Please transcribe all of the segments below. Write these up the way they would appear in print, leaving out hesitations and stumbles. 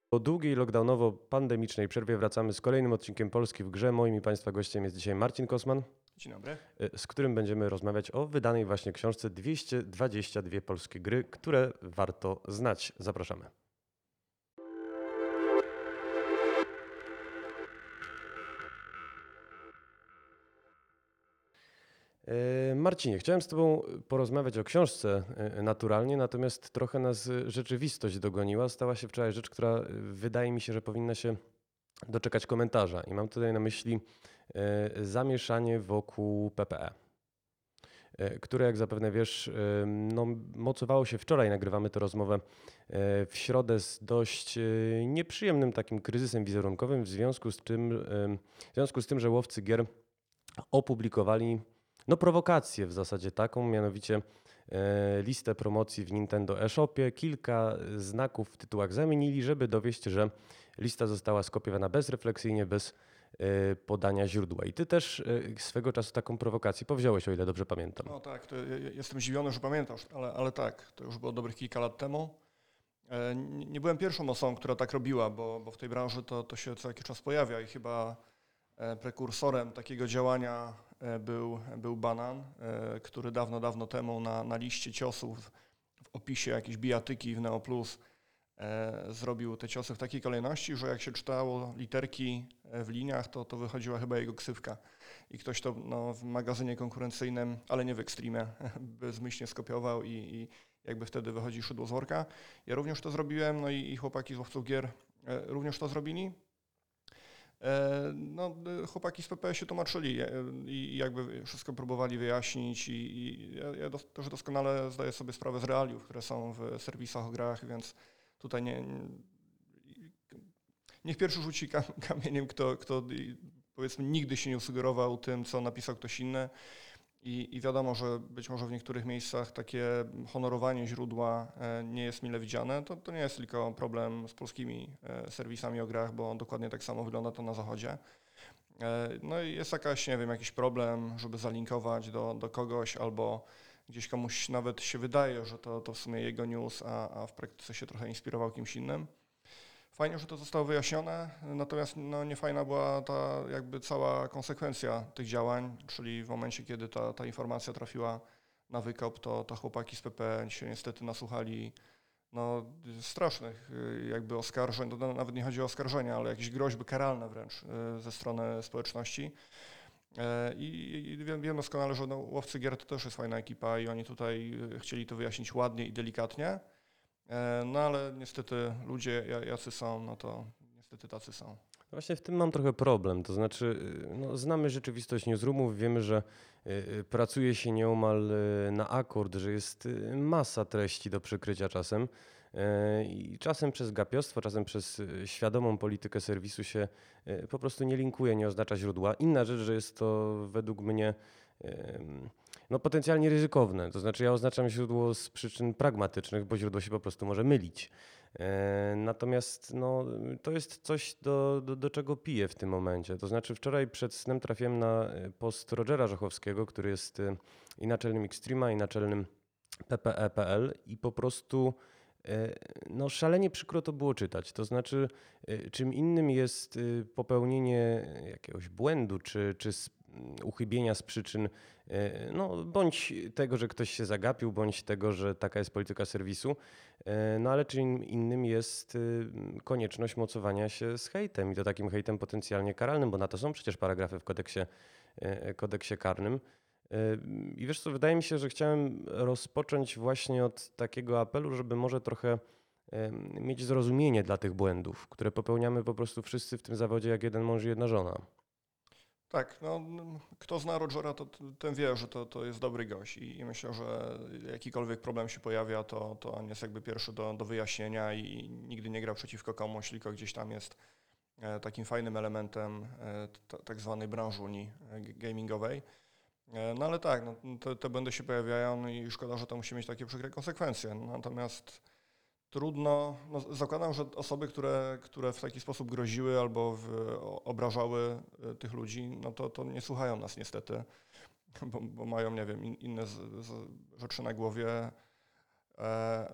Po długiej lockdownowo-pandemicznej przerwie wracamy z kolejnym odcinkiem Polski w grze. Moim i Państwa gościem jest dzisiaj Marcin Kosman, Dzień dobry. z którym będziemy rozmawiać o wydanej właśnie książce 222 polskie gry, które warto znać. Zapraszamy. Marcinie, chciałem z Tobą porozmawiać o książce naturalnie, natomiast trochę nas rzeczywistość dogoniła. Stała się wczoraj rzecz, która wydaje mi się, że powinna się doczekać komentarza. I mam tutaj na myśli zamieszanie wokół PPE, które jak zapewne wiesz, no, mocowało się wczoraj. Nagrywamy tę rozmowę w środę z dość nieprzyjemnym takim kryzysem wizerunkowym w związku z tym, że łowcy gier opublikowali no, prowokację w zasadzie taką, mianowicie listę promocji w Nintendo eShopie. Kilka znaków w tytułach zamienili, żeby dowieść, że lista została skopiowana bezrefleksyjnie, bez podania źródła. I ty też swego czasu taką prowokację powziąłeś, o ile dobrze pamiętam. No tak, to jestem zdziwiony, że pamiętasz, ale tak, to już było dobrych kilka lat temu. Nie byłem pierwszą osobą, która tak robiła, bo w tej branży to się co jakiś czas pojawia i chyba prekursorem takiego działania był Banan, który dawno temu na liście ciosów w opisie jakiejś bijatyki w Neo Plus zrobił te ciosy w takiej kolejności, że jak się czytało literki w liniach, to wychodziła chyba jego ksywka. I ktoś to w magazynie konkurencyjnym, ale nie w Extreme, bezmyślnie skopiował i jakby wtedy wychodzi szydło z worka. Ja również to zrobiłem, no i chłopaki z Łowców Gier również to zrobili. No, chłopaki z PPE się tłumaczyli i jakby wszystko próbowali wyjaśnić i ja też doskonale zdaję sobie sprawę z realiów, które są w serwisach o grach, więc tutaj niech pierwszy rzuci kamieniem, kto powiedzmy nigdy się nie sugerował tym, co napisał ktoś inny. I wiadomo, że być może w niektórych miejscach takie honorowanie źródła nie jest mile widziane. To nie jest tylko problem z polskimi serwisami o grach, bo dokładnie tak samo wygląda to na zachodzie. No i jest jakiś problem, żeby zalinkować do kogoś albo gdzieś komuś nawet się wydaje, że to w sumie jego news, a w praktyce się trochę inspirował kimś innym. Fajnie, że to zostało wyjaśnione, natomiast niefajna była ta jakby cała konsekwencja tych działań, czyli w momencie, kiedy ta informacja trafiła na wykop, to chłopaki z PPE się niestety nasłuchali strasznych jakby oskarżeń, to nawet nie chodzi o oskarżenia, ale jakieś groźby karalne wręcz ze strony społeczności. I wiem doskonale, że Łowcy Gier to też jest fajna ekipa i oni tutaj chcieli to wyjaśnić ładnie i delikatnie. No ale niestety ludzie jacy są, no to niestety tacy są. Właśnie w tym mam trochę problem. To znaczy, no, znamy rzeczywistość newsroomów, wiemy, że pracuje się nieomal na akord, że jest masa treści do przykrycia czasem. I czasem przez gapiostwo, czasem przez świadomą politykę serwisu się po prostu nie linkuje, nie oznacza źródła. Inna rzecz, że jest to według mnie no, potencjalnie ryzykowne. To znaczy ja oznaczam źródło z przyczyn pragmatycznych, bo źródło się po prostu może mylić. Natomiast no, to jest coś, do czego piję w tym momencie. To znaczy wczoraj przed snem trafiłem na post Rogera Żochowskiego, który jest i naczelnym Extrema, i naczelnym PPE.pl i po prostu no, szalenie przykro to było czytać. To znaczy czym innym jest popełnienie jakiegoś błędu czy uchybienia z przyczyn no, bądź tego, że ktoś się zagapił, bądź tego, że taka jest polityka serwisu. No ale czym innym jest konieczność mocowania się z hejtem i to takim hejtem potencjalnie karalnym, bo na to są przecież paragrafy w kodeksie karnym. I wiesz co, wydaje mi się, że chciałem rozpocząć właśnie od takiego apelu, żeby może trochę mieć zrozumienie dla tych błędów, które popełniamy po prostu wszyscy w tym zawodzie jak jeden mąż i jedna żona. Tak, kto zna Rogera, to ten wie, że to jest dobry gość i myślę, że jakikolwiek problem się pojawia, to on jest jakby pierwszy do wyjaśnienia i nigdy nie gra przeciwko komuś, tylko gdzieś tam jest takim fajnym elementem tak zwanej branży Unii gamingowej. No ale tak, te błędy się pojawiają i szkoda, że to musi mieć takie przykre konsekwencje. Natomiast trudno, zakładam, że osoby, które w taki sposób groziły albo obrażały tych ludzi, to nie słuchają nas niestety, bo mają, nie wiem, inne rzeczy na głowie.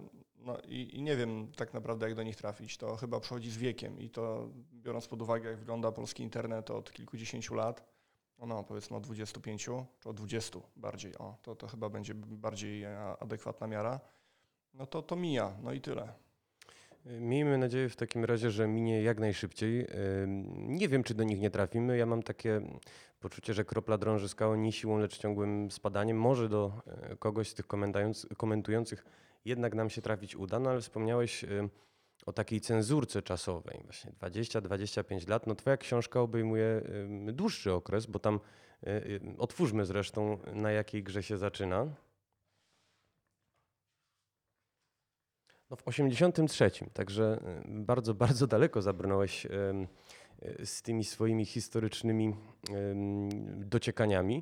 No i nie wiem tak naprawdę, jak do nich trafić. To chyba przychodzi z wiekiem i to biorąc pod uwagę, jak wygląda polski internet od kilkudziesięciu lat, no powiedzmy od 25 czy od 20 bardziej, to chyba będzie bardziej adekwatna miara, no to mija, no i tyle. Miejmy nadzieję w takim razie, że minie jak najszybciej. Nie wiem, czy do nich nie trafimy. Ja mam takie poczucie, że kropla drąży skałę nie siłą, lecz ciągłym spadaniem. Może do kogoś z tych komentujących jednak nam się trafić uda, no ale wspomniałeś o takiej cenzurce czasowej, właśnie 20-25 lat. No twoja książka obejmuje dłuższy okres, bo tam otwórzmy zresztą, na jakiej grze się zaczyna. No w 83, także bardzo, bardzo daleko zabrnąłeś z tymi swoimi historycznymi dociekaniami.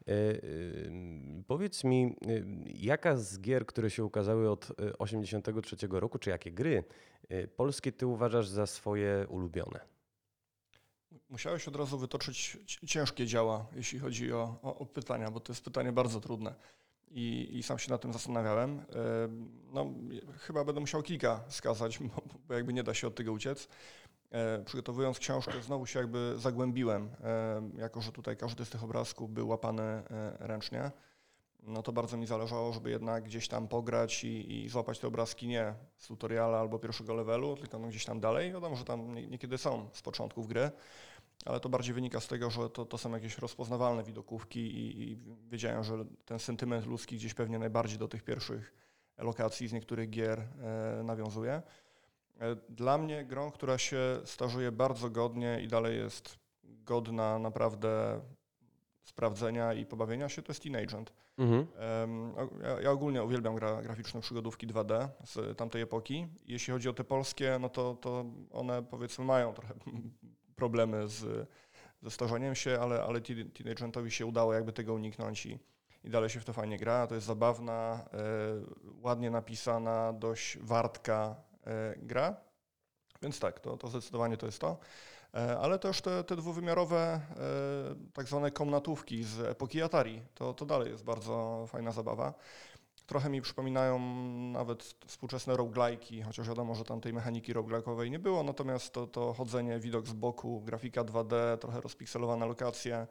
Powiedz mi, jaka z gier, które się ukazały od 83 roku, czy jakie gry polskie ty uważasz za swoje ulubione? Musiałeś od razu wytoczyć ciężkie działa, jeśli chodzi o pytania, bo to jest pytanie bardzo trudne. I sam się nad tym zastanawiałem. No, chyba będę musiał kilka wskazać, bo jakby nie da się od tego uciec. Przygotowując książkę, znowu się jakby zagłębiłem, jako że tutaj każdy z tych obrazków był łapany ręcznie. No to bardzo mi zależało, żeby jednak gdzieś tam pograć i złapać te obrazki nie z tutoriala albo pierwszego levelu, tylko no gdzieś tam dalej. Wiadomo, że tam niekiedy są z początków gry, ale to bardziej wynika z tego, że to są jakieś rozpoznawalne widokówki i wiedziałem, że ten sentyment ludzki gdzieś pewnie najbardziej do tych pierwszych lokacji z niektórych gier nawiązuje. Dla mnie grą, która się starzeje bardzo godnie i dalej jest godna naprawdę sprawdzenia i pobawienia się, to jest Teen Agent. Mhm. Ja ogólnie uwielbiam graficzne przygodówki 2D z tamtej epoki. Jeśli chodzi o te polskie, no to one powiedzmy mają trochę problemy ze starzeniem się, ale Teen Agentowi się udało jakby tego uniknąć i dalej się w to fajnie gra. To jest zabawna, ładnie napisana, dość wartka gra, więc tak, to zdecydowanie to jest to. Ale też te dwuwymiarowe tak zwane komnatówki z epoki Atari, to dalej jest bardzo fajna zabawa. Trochę mi przypominają nawet współczesne roguelike'i, chociaż wiadomo, że tam tej mechaniki roguelike'owej nie było, natomiast to chodzenie, widok z boku, grafika 2D, trochę rozpikselowane lokacje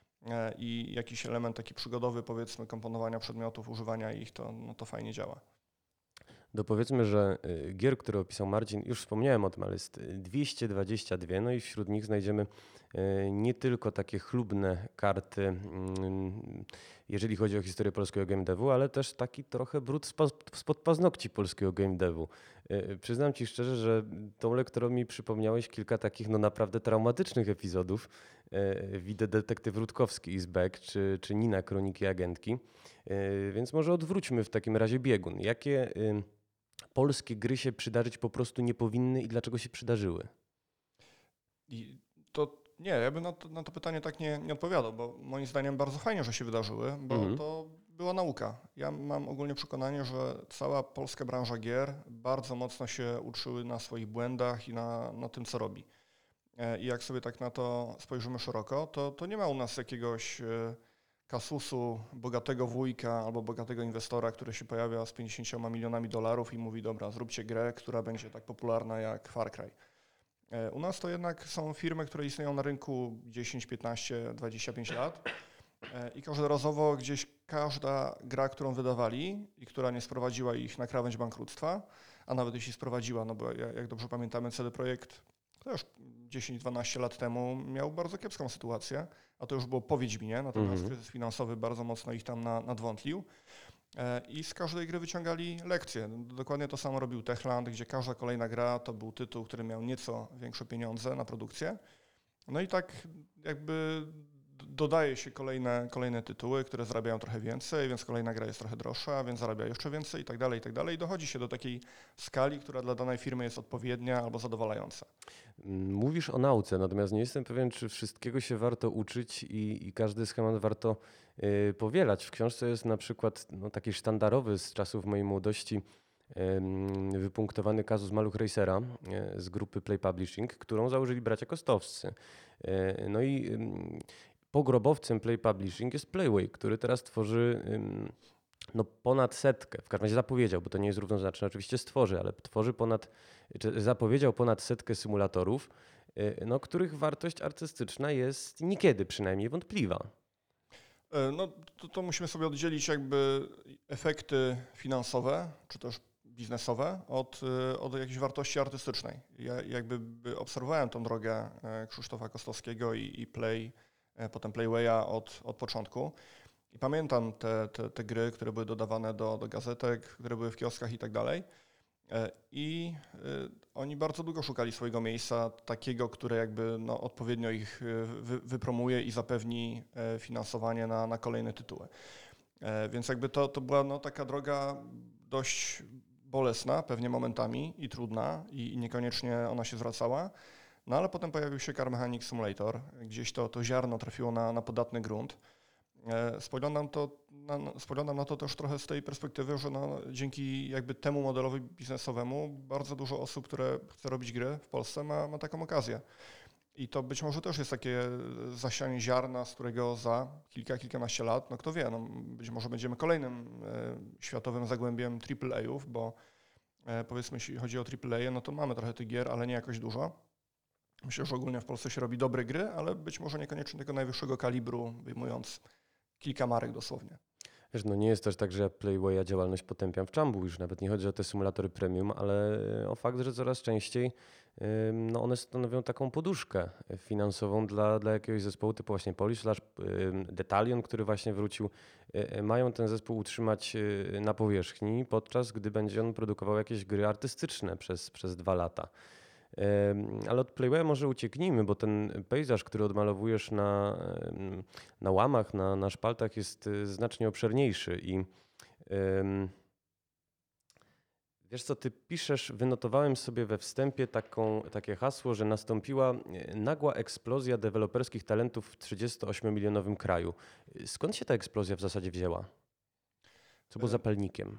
i jakiś element taki przygodowy, powiedzmy, komponowania przedmiotów, używania ich, to fajnie działa. Dopowiedzmy, że gier, które opisał Marcin, już wspomniałem o tym, ale jest 222, no i wśród nich znajdziemy nie tylko takie chlubne karty, jeżeli chodzi o historię polskiego game devu, ale też taki trochę brud spod paznokci polskiego game devu. Przyznam ci szczerze, że tą lektorą mi przypomniałeś kilka takich no naprawdę traumatycznych epizodów. Widzę Detektyw Rutkowski is Back, czy Nina Kroniki Agentki. Więc może odwróćmy w takim razie biegun. Jakie polskie gry się przydarzyć po prostu nie powinny i dlaczego się przydarzyły? I to nie, ja bym na to pytanie tak nie odpowiadał, bo moim zdaniem bardzo fajnie, że się wydarzyły, bo to była nauka. Ja mam ogólnie przekonanie, że cała polska branża gier bardzo mocno się uczyły na swoich błędach i na tym, co robi. I jak sobie tak na to spojrzymy szeroko, to nie ma u nas jakiegoś kasusu bogatego wujka albo bogatego inwestora, który się pojawia z 50 milionami dolarów i mówi, dobra, zróbcie grę, która będzie tak popularna jak Far Cry. U nas to jednak są firmy, które istnieją na rynku 10, 15, 25 lat i każdorazowo gdzieś każda gra, którą wydawali i która nie sprowadziła ich na krawędź bankructwa, a nawet jeśli sprowadziła, no bo jak dobrze pamiętamy, CD Projekt też 10-12 lat temu miał bardzo kiepską sytuację, a to już było po Wiedźminie, natomiast kryzys finansowy bardzo mocno ich tam nadwątlił i z każdej gry wyciągali lekcje. Dokładnie to samo robił Techland, gdzie każda kolejna gra to był tytuł, który miał nieco większe pieniądze na produkcję. No i tak jakby dodaje się kolejne tytuły, które zarabiają trochę więcej, więc kolejna gra jest trochę droższa, więc zarabia jeszcze więcej i tak dalej, i tak dalej. I dochodzi się do takiej skali, która dla danej firmy jest odpowiednia albo zadowalająca. Mówisz o nauce, natomiast nie jestem pewien, czy wszystkiego się warto uczyć i każdy schemat warto powielać. W książce jest na przykład taki sztandarowy z czasów mojej młodości wypunktowany kazus Maluch Racera z grupy Play Publishing, którą założyli bracia Kostowscy. No i pogrobowcem Play Publishing jest Playway, który teraz tworzy no ponad setkę, w każdym razie zapowiedział, bo to nie jest równoznaczne, oczywiście stworzy, ale czy zapowiedział ponad setkę symulatorów, no, których wartość artystyczna jest niekiedy przynajmniej wątpliwa. No to musimy sobie oddzielić jakby efekty finansowe, czy też biznesowe od jakiejś wartości artystycznej. Ja jakby obserwowałem tą drogę Krzysztofa Kostowskiego i potem Playwaya od początku. I pamiętam te gry, które były dodawane do gazetek, które były w kioskach i tak dalej. I oni bardzo długo szukali swojego miejsca, takiego, które jakby no, odpowiednio ich wypromuje i zapewni finansowanie na kolejne tytuły. Więc jakby to była no, taka droga dość bolesna, pewnie momentami i trudna i niekoniecznie ona się zwracała. No ale potem pojawił się Car Mechanic Simulator, gdzieś to ziarno trafiło na podatny grunt. Spoglądam na to też trochę z tej perspektywy, że no, dzięki jakby temu modelowi biznesowemu bardzo dużo osób, które chce robić gry w Polsce ma taką okazję. I to być może też jest takie zasianie ziarna, z którego za kilkanaście lat, no kto wie, no być może będziemy kolejnym światowym zagłębiem AAA-ów, bo powiedzmy jeśli chodzi o AAA, no to mamy trochę tych gier, ale nie jakoś dużo. Myślę, że ogólnie w Polsce się robi dobre gry, ale być może niekoniecznie tego najwyższego kalibru, wyjmując kilka marek dosłownie. Wiesz, no nie jest też tak, że ja Playwaya działalność potępiam w czambu, już nawet nie chodzi o te symulatory premium, ale o fakt, że coraz częściej no one stanowią taką poduszkę finansową dla jakiegoś zespołu typu właśnie Polish Slash, Detalion, który właśnie wrócił. Mają ten zespół utrzymać na powierzchni, podczas gdy będzie on produkował jakieś gry artystyczne przez 2 lata. Ale od Playwaya może ucieknijmy, bo ten pejzaż, który odmalowujesz na łamach, na szpaltach jest znacznie obszerniejszy i wiesz co, ty piszesz, wynotowałem sobie we wstępie takie hasło, że nastąpiła nagła eksplozja deweloperskich talentów w 38-milionowym kraju. Skąd się ta eksplozja w zasadzie wzięła? Co było zapalnikiem?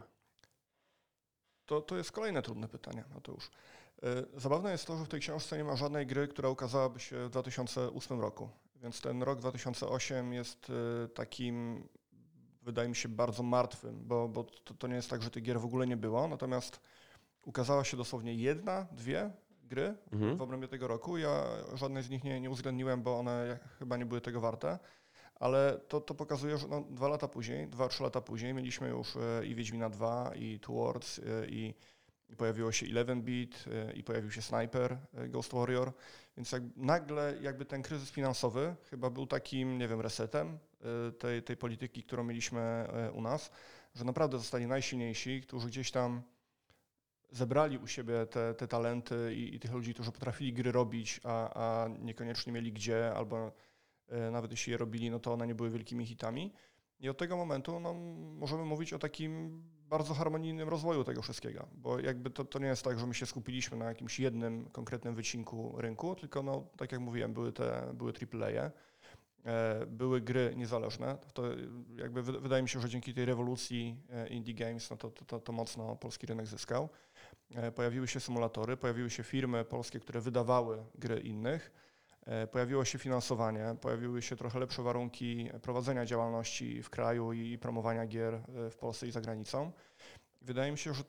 To jest kolejne trudne pytanie, Mateusz. Zabawne jest to, że w tej książce nie ma żadnej gry, która ukazałaby się w 2008 roku. Więc ten rok 2008 jest takim, wydaje mi się, bardzo martwym, bo to nie jest tak, że tych gier w ogóle nie było. Natomiast ukazała się dosłownie jedna, dwie gry w obrębie tego roku. Ja żadnej z nich nie uwzględniłem, bo one chyba nie były tego warte. Ale to pokazuje, że no 2 lata później, 2-3 lata później mieliśmy już i Wiedźmina 2, i Two Worlds, i pojawiło się 11-bit, i pojawił się Sniper, Ghost Warrior, więc nagle jakby ten kryzys finansowy chyba był takim, nie wiem, resetem tej polityki, którą mieliśmy u nas, że naprawdę zostali najsilniejsi, którzy gdzieś tam zebrali u siebie te talenty i tych ludzi, którzy potrafili gry robić, a niekoniecznie mieli gdzie, albo nawet jeśli je robili, no to one nie były wielkimi hitami. I od tego momentu no, możemy mówić o takim bardzo harmonijnym rozwoju tego wszystkiego, bo jakby to nie jest tak, że my się skupiliśmy na jakimś jednym konkretnym wycinku rynku, tylko no, tak jak mówiłem, były AAA, były gry niezależne. To jakby wydaje mi się, że dzięki tej rewolucji indie games no to mocno polski rynek zyskał. Pojawiły się symulatory, pojawiły się firmy polskie, które wydawały gry innych. Pojawiło się finansowanie, pojawiły się trochę lepsze warunki prowadzenia działalności w kraju i promowania gier w Polsce i za granicą. Wydaje mi się, że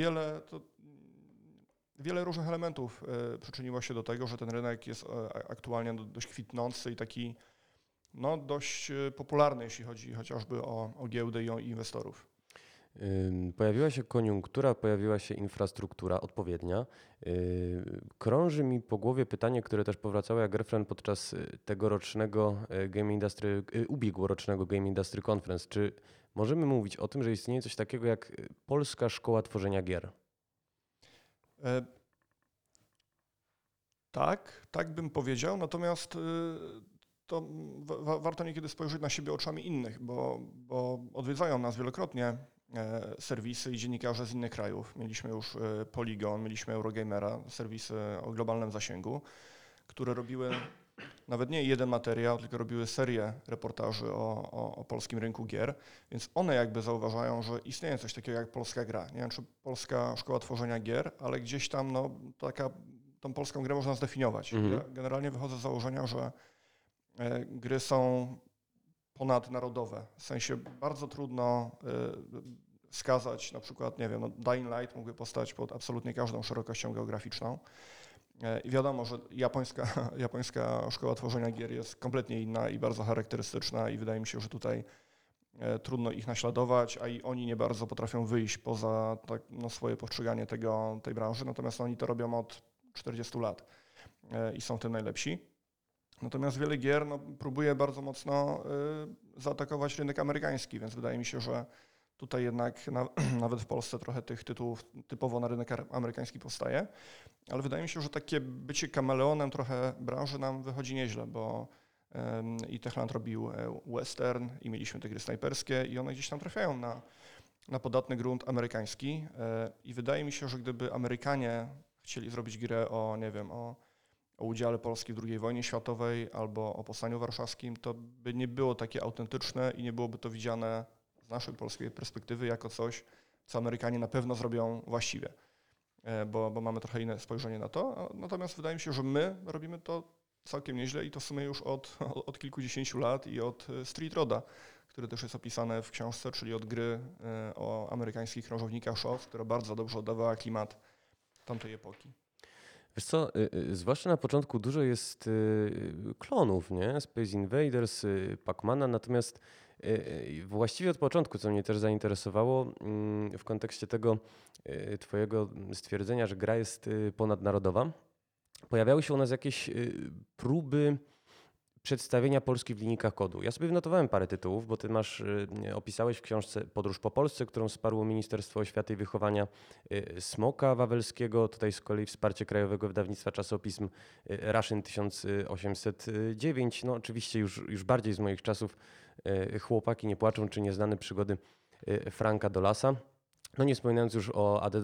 wiele różnych elementów przyczyniło się do tego, że ten rynek jest aktualnie dość kwitnący i taki no, dość popularny, jeśli chodzi chociażby o giełdę i o inwestorów. Pojawiła się koniunktura, pojawiła się infrastruktura odpowiednia. Krąży mi po głowie pytanie, które też powracało jak refren podczas tegorocznego ubiegłorocznego Game Industry Conference. Czy możemy mówić o tym, że istnieje coś takiego jak Polska Szkoła Tworzenia Gier? Tak bym powiedział, natomiast to warto niekiedy spojrzeć na siebie oczami innych, bo odwiedzają nas wielokrotnie serwisy i dziennikarze z innych krajów. Mieliśmy już Polygon, mieliśmy Eurogamera, serwisy o globalnym zasięgu, które robiły nawet nie jeden materiał, tylko robiły serię reportaży o polskim rynku gier, więc one jakby zauważają, że istnieje coś takiego jak polska gra. Nie wiem, czy Polska Szkoła Tworzenia Gier, ale gdzieś tam no, tą polską grę można zdefiniować. Ja generalnie wychodzę z założenia, że gry są ponadnarodowe. W sensie bardzo trudno wskazać na przykład, nie wiem, no Dying Light mógłby powstać pod absolutnie każdą szerokością geograficzną. I wiadomo, że japońska szkoła tworzenia gier jest kompletnie inna i bardzo charakterystyczna i wydaje mi się, że tutaj trudno ich naśladować, a i oni nie bardzo potrafią wyjść poza swoje postrzeganie tej branży, natomiast oni to robią od 40 lat i są w tym najlepsi. Natomiast wiele gier próbuje bardzo mocno zaatakować rynek amerykański, więc wydaje mi się, że tutaj jednak nawet w Polsce trochę tych tytułów typowo na rynek amerykański powstaje, ale wydaje mi się, że takie bycie kameleonem trochę branży nam wychodzi nieźle, bo i Techland robił western i mieliśmy te gry snajperskie i one gdzieś tam trafiają na podatny grunt amerykański i wydaje mi się, że gdyby Amerykanie chcieli zrobić grę o, nie wiem, o udziale Polski w II wojnie światowej albo o Powstaniu Warszawskim, to by nie było takie autentyczne i nie byłoby to widziane z naszej polskiej perspektywy jako coś, co Amerykanie na pewno zrobią właściwie, bo mamy trochę inne spojrzenie na to. Natomiast wydaje mi się, że my robimy to całkiem nieźle i to w sumie już od kilkudziesięciu lat i od Street Roada, który też jest opisane w książce, czyli od gry o amerykańskich krążownikach SHOT, która bardzo dobrze oddawała klimat tamtej epoki. Wiesz co, zwłaszcza na początku dużo jest klonów, nie? Space Invaders, Pac-Mana, natomiast właściwie od początku, co mnie też zainteresowało w kontekście tego twojego stwierdzenia, że gra jest ponadnarodowa, pojawiały się u nas jakieś próby przedstawienia Polski w linijkach kodu. Ja sobie wynotowałem parę tytułów, bo ty opisałeś w książce Podróż po Polsce, którą wsparło Ministerstwo Oświaty i Wychowania, Smoka Wawelskiego, tutaj z kolei wsparcie Krajowego Wydawnictwa Czasopism Russian 1809, no oczywiście już bardziej z moich czasów Chłopaki nie płaczą, czy Nieznane przygody Franka Dolasa. No nie wspominając już o AD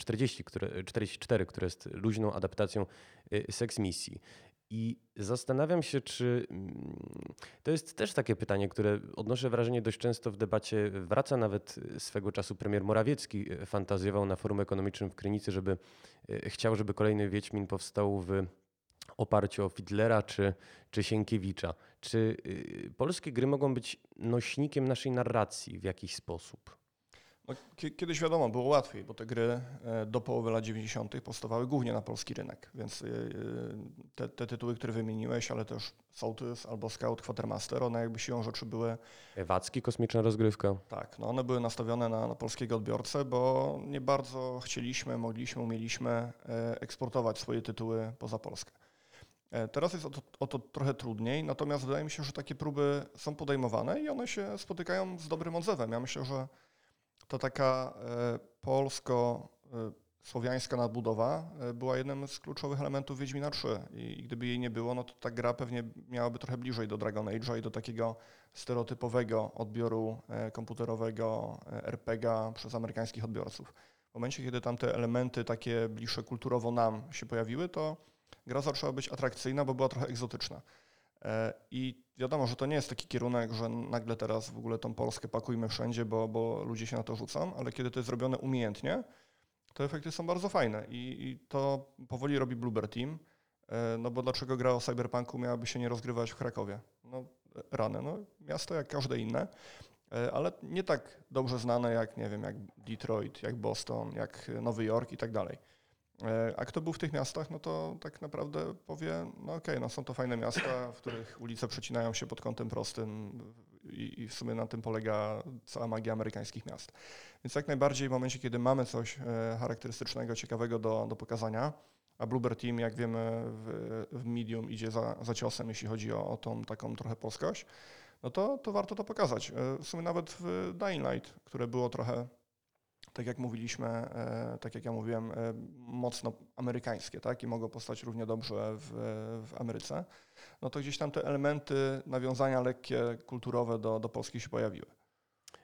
2044, które jest luźną adaptacją Sex Misji. I zastanawiam się, czy to jest też takie pytanie, które odnoszę wrażenie dość często w debacie wraca. Nawet swego czasu premier Morawiecki fantazjował na Forum Ekonomicznym w Krynicy, żeby chciał, żeby kolejny Wiedźmin powstał w oparciu o Fiedlera czy Sienkiewicza. Czy polskie gry mogą być nośnikiem naszej narracji w jakiś sposób? No, kiedyś wiadomo, było łatwiej, bo te gry do połowy lat 90. powstawały głównie na polski rynek, więc te tytuły, które wymieniłeś, ale też Sołtys albo Scout Quartermaster, one jakby siłą rzeczy były... Ewacki, kosmiczna rozgrywka. Tak, no one były nastawione na polskiego odbiorcę, bo nie bardzo chcieliśmy, mogliśmy, umieliśmy eksportować swoje tytuły poza Polskę. Teraz jest o to trochę trudniej, natomiast wydaje mi się, że takie próby są podejmowane i one się spotykają z dobrym odzewem. Ja myślę, że to taka polsko-słowiańska nadbudowa była jednym z kluczowych elementów Wiedźmina 3 i gdyby jej nie było, no to ta gra pewnie miałaby trochę bliżej do Dragon Age'a i do takiego stereotypowego odbioru komputerowego RPGa przez amerykańskich odbiorców. W momencie, kiedy tam te elementy takie bliższe kulturowo nam się pojawiły, to gra zaczęła być atrakcyjna, bo była trochę egzotyczna. I wiadomo, że to nie jest taki kierunek, że nagle teraz w ogóle tą Polskę pakujmy wszędzie, bo ludzie się na to rzucą, ale kiedy to jest zrobione umiejętnie, to efekty są bardzo fajne i to powoli robi Bloober Team, no bo dlaczego gra o Cyberpunku miałaby się nie rozgrywać w Krakowie? No rany, no miasto jak każde inne, ale nie tak dobrze znane jak, nie wiem, jak Detroit, jak Boston, jak Nowy Jork i tak dalej. A kto był w tych miastach, no to tak naprawdę powie, no okej, no są to fajne miasta, w których ulice przecinają się pod kątem prostym i w sumie na tym polega cała magia amerykańskich miast. Więc jak najbardziej w momencie, kiedy mamy coś charakterystycznego, ciekawego do pokazania, a Bloober Team, jak wiemy, w Medium idzie za ciosem, jeśli chodzi o tą taką trochę polskość, no to warto to pokazać. W sumie nawet w Dying Light, które było trochę, tak jak mówiliśmy, tak jak ja mówiłem, mocno amerykańskie, tak? I mogą powstać równie dobrze w Ameryce, no to gdzieś tam te elementy nawiązania lekkie, kulturowe do Polski się pojawiły.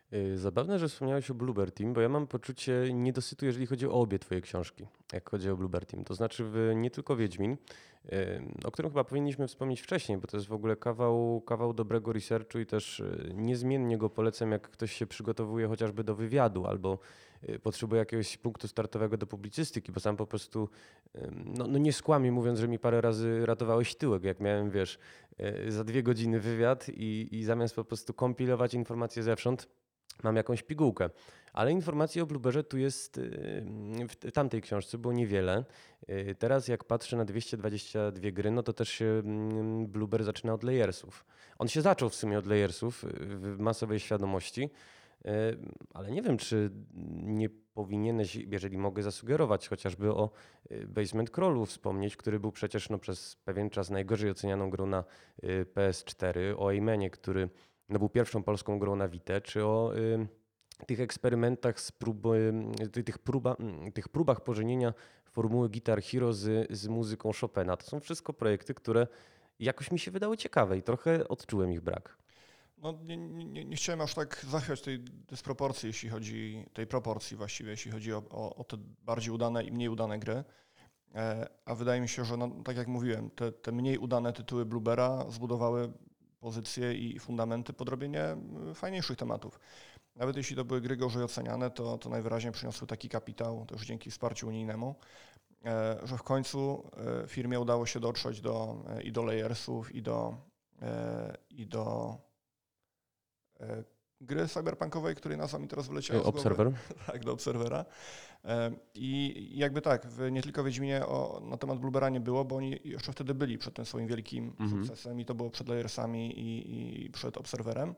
Zabawne, że wspomniałeś o Bluebird Team, bo ja mam poczucie niedosytu, jeżeli chodzi o obie twoje książki, jak chodzi o Bluebird Team. To znaczy nie tylko Wiedźmin, o którym chyba powinniśmy wspomnieć wcześniej, bo to jest w ogóle kawał dobrego researchu i też niezmiennie go polecam, jak ktoś się przygotowuje chociażby do wywiadu albo potrzebuje jakiegoś punktu startowego do publicystyki, bo sam po prostu, no nie skłamię mówiąc, że mi parę razy ratowałeś tyłek, jak miałem, wiesz, za 2 godziny wywiad i zamiast po prostu kompilować informacje zewsząd, mam jakąś pigułkę. Ale informacji o Blueberze tu jest w tamtej książce było niewiele. Teraz jak patrzę na 222 gry, no to też się Blueber zaczyna od layersów. On się zaczął w sumie od layersów w masowej świadomości, ale nie wiem, czy nie powinieneś, jeżeli mogę zasugerować, chociażby o Basement Crawlu wspomnieć, który był przecież no, przez pewien czas najgorzej ocenianą grą na PS4, o Aimenie, który no, był pierwszą polską grą na Vita, czy o tych eksperymentach, tych próbach pożenienia formuły Guitar Hero z muzyką Chopina. To są wszystko projekty, które jakoś mi się wydały ciekawe i trochę odczułem ich brak. No, nie chciałem aż tak zachwiać tej dysproporcji, tej proporcji właściwie, jeśli chodzi o te bardziej udane i mniej udane gry. A wydaje mi się, że no, tak jak mówiłem, te mniej udane tytuły Bluebera zbudowały pozycje i fundamenty pod robienie fajniejszych tematów. Nawet jeśli to były gry gorzej oceniane, to najwyraźniej przyniosły taki kapitał, też dzięki wsparciu unijnemu, że w końcu firmie udało się dotrzeć i do layersów, i do gry cyberpunkowej, której nazwa mi teraz wyleciała z głowy. Observer? Tak, do Observera. I jakby tak, nie tylko w Wiedźminie na temat Bluebera nie było, bo oni jeszcze wtedy byli przed tym swoim wielkim sukcesem i to było przed Layersami i przed Observerem.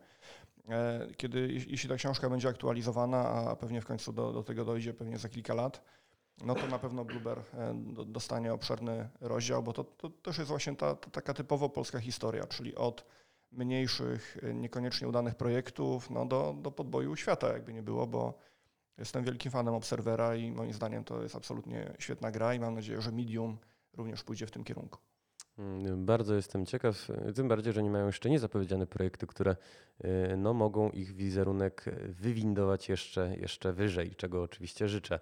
Jeśli ta książka będzie aktualizowana, a pewnie w końcu do tego dojdzie pewnie za kilka lat, no to na pewno Blueber dostanie obszerny rozdział, bo to też jest właśnie ta taka typowo polska historia, czyli od mniejszych, niekoniecznie udanych projektów no do podboju świata, jakby nie było, bo jestem wielkim fanem Observera i moim zdaniem to jest absolutnie świetna gra i mam nadzieję, że Medium również pójdzie w tym kierunku. Bardzo jestem ciekaw, tym bardziej, że nie mają jeszcze niezapowiedziane projekty, które no, mogą ich wizerunek wywindować jeszcze wyżej, czego oczywiście życzę.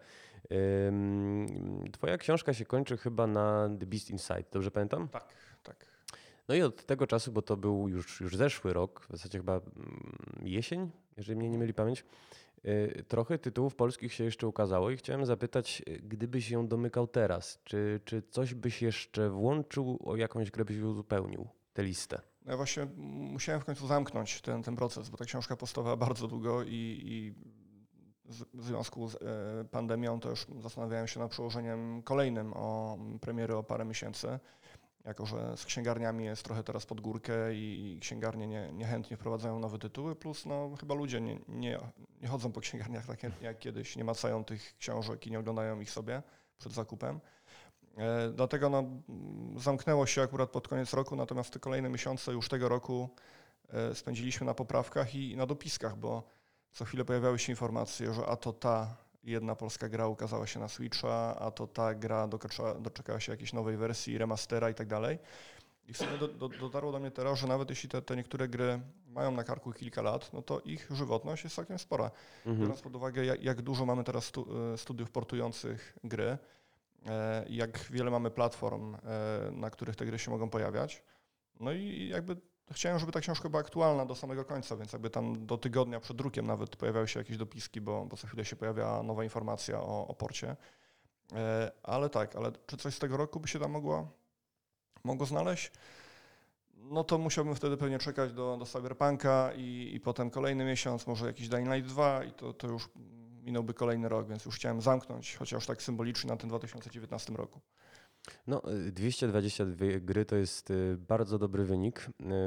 Twoja książka się kończy chyba na The Beast Inside, dobrze pamiętam? Tak, tak. No i od tego czasu, bo to był już zeszły rok, w zasadzie chyba jesień, jeżeli mnie nie myli pamięć, trochę tytułów polskich się jeszcze ukazało i chciałem zapytać, gdybyś ją domykał teraz, czy coś byś jeszcze włączył, o jakąś grę byś uzupełnił tę listę? Ja właśnie musiałem w końcu zamknąć ten proces, bo ta książka powstawała bardzo długo i w związku z pandemią też zastanawiałem się nad przełożeniem kolejnym o premiery o parę miesięcy. Jako że z księgarniami jest trochę teraz pod górkę i księgarnie niechętnie wprowadzają nowe tytuły, plus no, chyba ludzie nie chodzą po księgarniach tak jak kiedyś, nie macają tych książek i nie oglądają ich sobie przed zakupem. Dlatego no, zamknęło się akurat pod koniec roku, natomiast te kolejne miesiące już tego roku spędziliśmy na poprawkach i na dopiskach, bo co chwilę pojawiały się informacje, że a to ta jedna polska gra ukazała się na Switcha, a to ta gra doczekała się jakiejś nowej wersji, remastera i tak dalej. I w sumie dotarło do mnie teraz, że nawet jeśli te niektóre gry mają na karku kilka lat, no to ich żywotność jest całkiem spora. Biorąc pod uwagę, jak dużo mamy teraz studiów portujących gry, jak wiele mamy platform, na których te gry się mogą pojawiać. No i jakby chciałem, żeby ta książka była aktualna do samego końca, więc jakby tam do tygodnia przed drukiem nawet pojawiały się jakieś dopiski, bo co chwilę się pojawia nowa informacja o porcie. Ale czy coś z tego roku by się tam mogło znaleźć? No to musiałbym wtedy pewnie czekać do Cyberpunka i potem kolejny miesiąc, może jakiś Dying Light 2 i to już minąłby kolejny rok, więc już chciałem zamknąć, chociaż tak symbolicznie na tym 2019 roku. No, 222 gry to jest bardzo dobry wynik.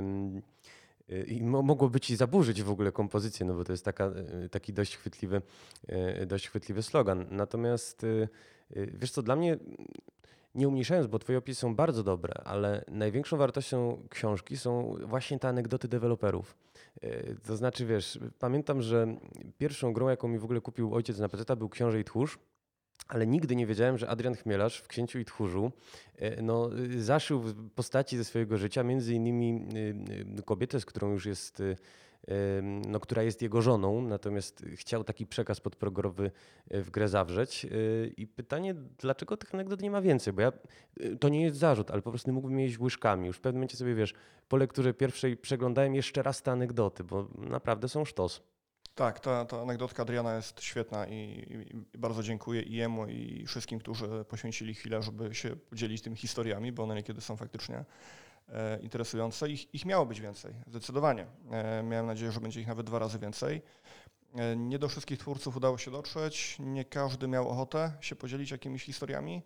I mogłoby ci zaburzyć w ogóle kompozycję, no bo to jest taki dość chwytliwy slogan. Natomiast wiesz co, dla mnie, nie umniejszając, bo twoje opisy są bardzo dobre, ale największą wartością książki są właśnie te anegdoty deweloperów. To znaczy, wiesz, pamiętam, że pierwszą grą, jaką mi w ogóle kupił ojciec na PC, był Książę i Tchórz. Ale nigdy nie wiedziałem, że Adrian Chmielarz w Księciu i Tchórzu no, zaszył postaci ze swojego życia, między innymi kobietę, z którą już jest no, która jest jego żoną, natomiast chciał taki przekaz podprogowy w grę zawrzeć. I pytanie, dlaczego tych anegdot nie ma więcej? Bo to nie jest zarzut, ale po prostu mógłbym jeść łyżkami. Już w pewnym momencie sobie, wiesz, po lekturze pierwszej przeglądałem jeszcze raz te anegdoty, bo naprawdę są sztos. Tak, ta anegdotka Adriana jest świetna i bardzo dziękuję i jemu, i wszystkim, którzy poświęcili chwilę, żeby się podzielić tymi historiami, bo one niekiedy są faktycznie interesujące. Ich miało być więcej, zdecydowanie. Miałem nadzieję, że będzie ich nawet 2 razy więcej. Nie do wszystkich twórców udało się dotrzeć, nie każdy miał ochotę się podzielić jakimiś historiami.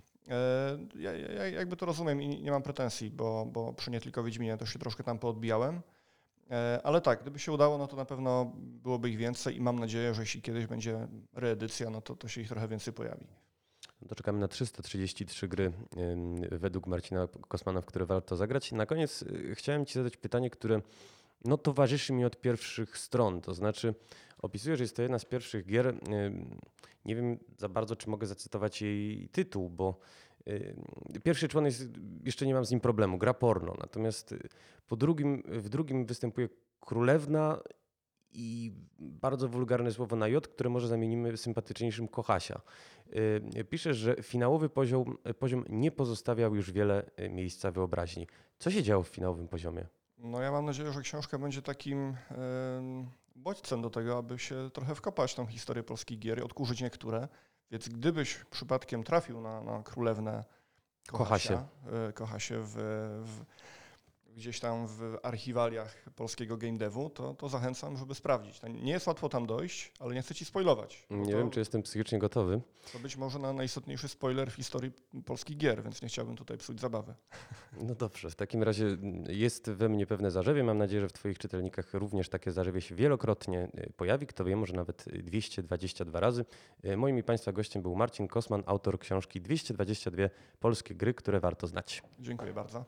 Ja jakby to rozumiem i nie mam pretensji, bo przy Nie tylko Wiedźminie też się troszkę tam poodbijałem. Ale tak, gdyby się udało, no to na pewno byłoby ich więcej i mam nadzieję, że jeśli kiedyś będzie reedycja, no to się ich trochę więcej pojawi. To czekamy na 333 gry według Marcina Kosmana, w które warto zagrać. Na koniec chciałem Ci zadać pytanie, które no, towarzyszy mi od pierwszych stron. To znaczy, opisujesz, że jest to jedna z pierwszych gier. Nie wiem za bardzo, czy mogę zacytować jej tytuł, bo pierwszy człon jest, jeszcze nie mam z nim problemu, gra porno. Natomiast w drugim występuje królewna i bardzo wulgarne słowo na J, które może zamienimy sympatyczniejszym Kochasia. Piszesz, że finałowy poziom nie pozostawiał już wiele miejsca wyobraźni. Co się działo w finałowym poziomie? No ja mam nadzieję, że książka będzie takim bodźcem do tego, aby się trochę wkopać w tą historię polskich gier i odkurzyć niektóre. Więc gdybyś przypadkiem trafił na królewnę Kochasie gdzieś tam w archiwaliach polskiego game devu, to zachęcam, żeby sprawdzić. Nie jest łatwo tam dojść, ale nie chcę ci spoilować. Nie wiem, czy jestem psychicznie gotowy. To być może najistotniejszy spoiler w historii polskich gier, więc nie chciałbym tutaj psuć zabawy. No dobrze, w takim razie jest we mnie pewne zarzewie. Mam nadzieję, że w Twoich czytelnikach również takie zarzewie się wielokrotnie pojawi. Kto wie, może nawet 222 razy. Moim i Państwa gościem był Marcin Kosman, autor książki 222 polskie gry, które warto znać. Dziękuję bardzo.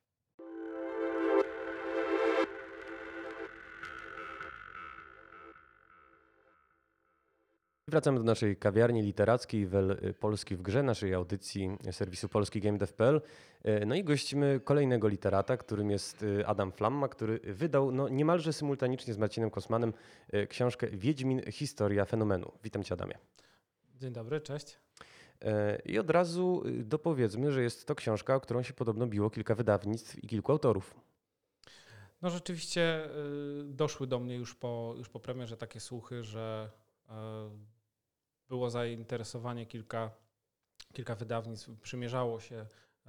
Wracamy do naszej kawiarni literackiej Wel Polski w grze, naszej audycji serwisu polskigamedev.pl. No i gościmy kolejnego literata, którym jest Adam Flamma, który wydał niemalże symultanicznie z Marcinem Kosmanem książkę Wiedźmin – Historia fenomenu. Witam Cię, Adamie. Dzień dobry, cześć. I od razu dopowiedzmy, że jest to książka, o którą się podobno biło kilka wydawnictw i kilku autorów. No rzeczywiście doszły do mnie już po premierze takie słuchy, że było zainteresowanie kilka wydawnictw, przymierzało się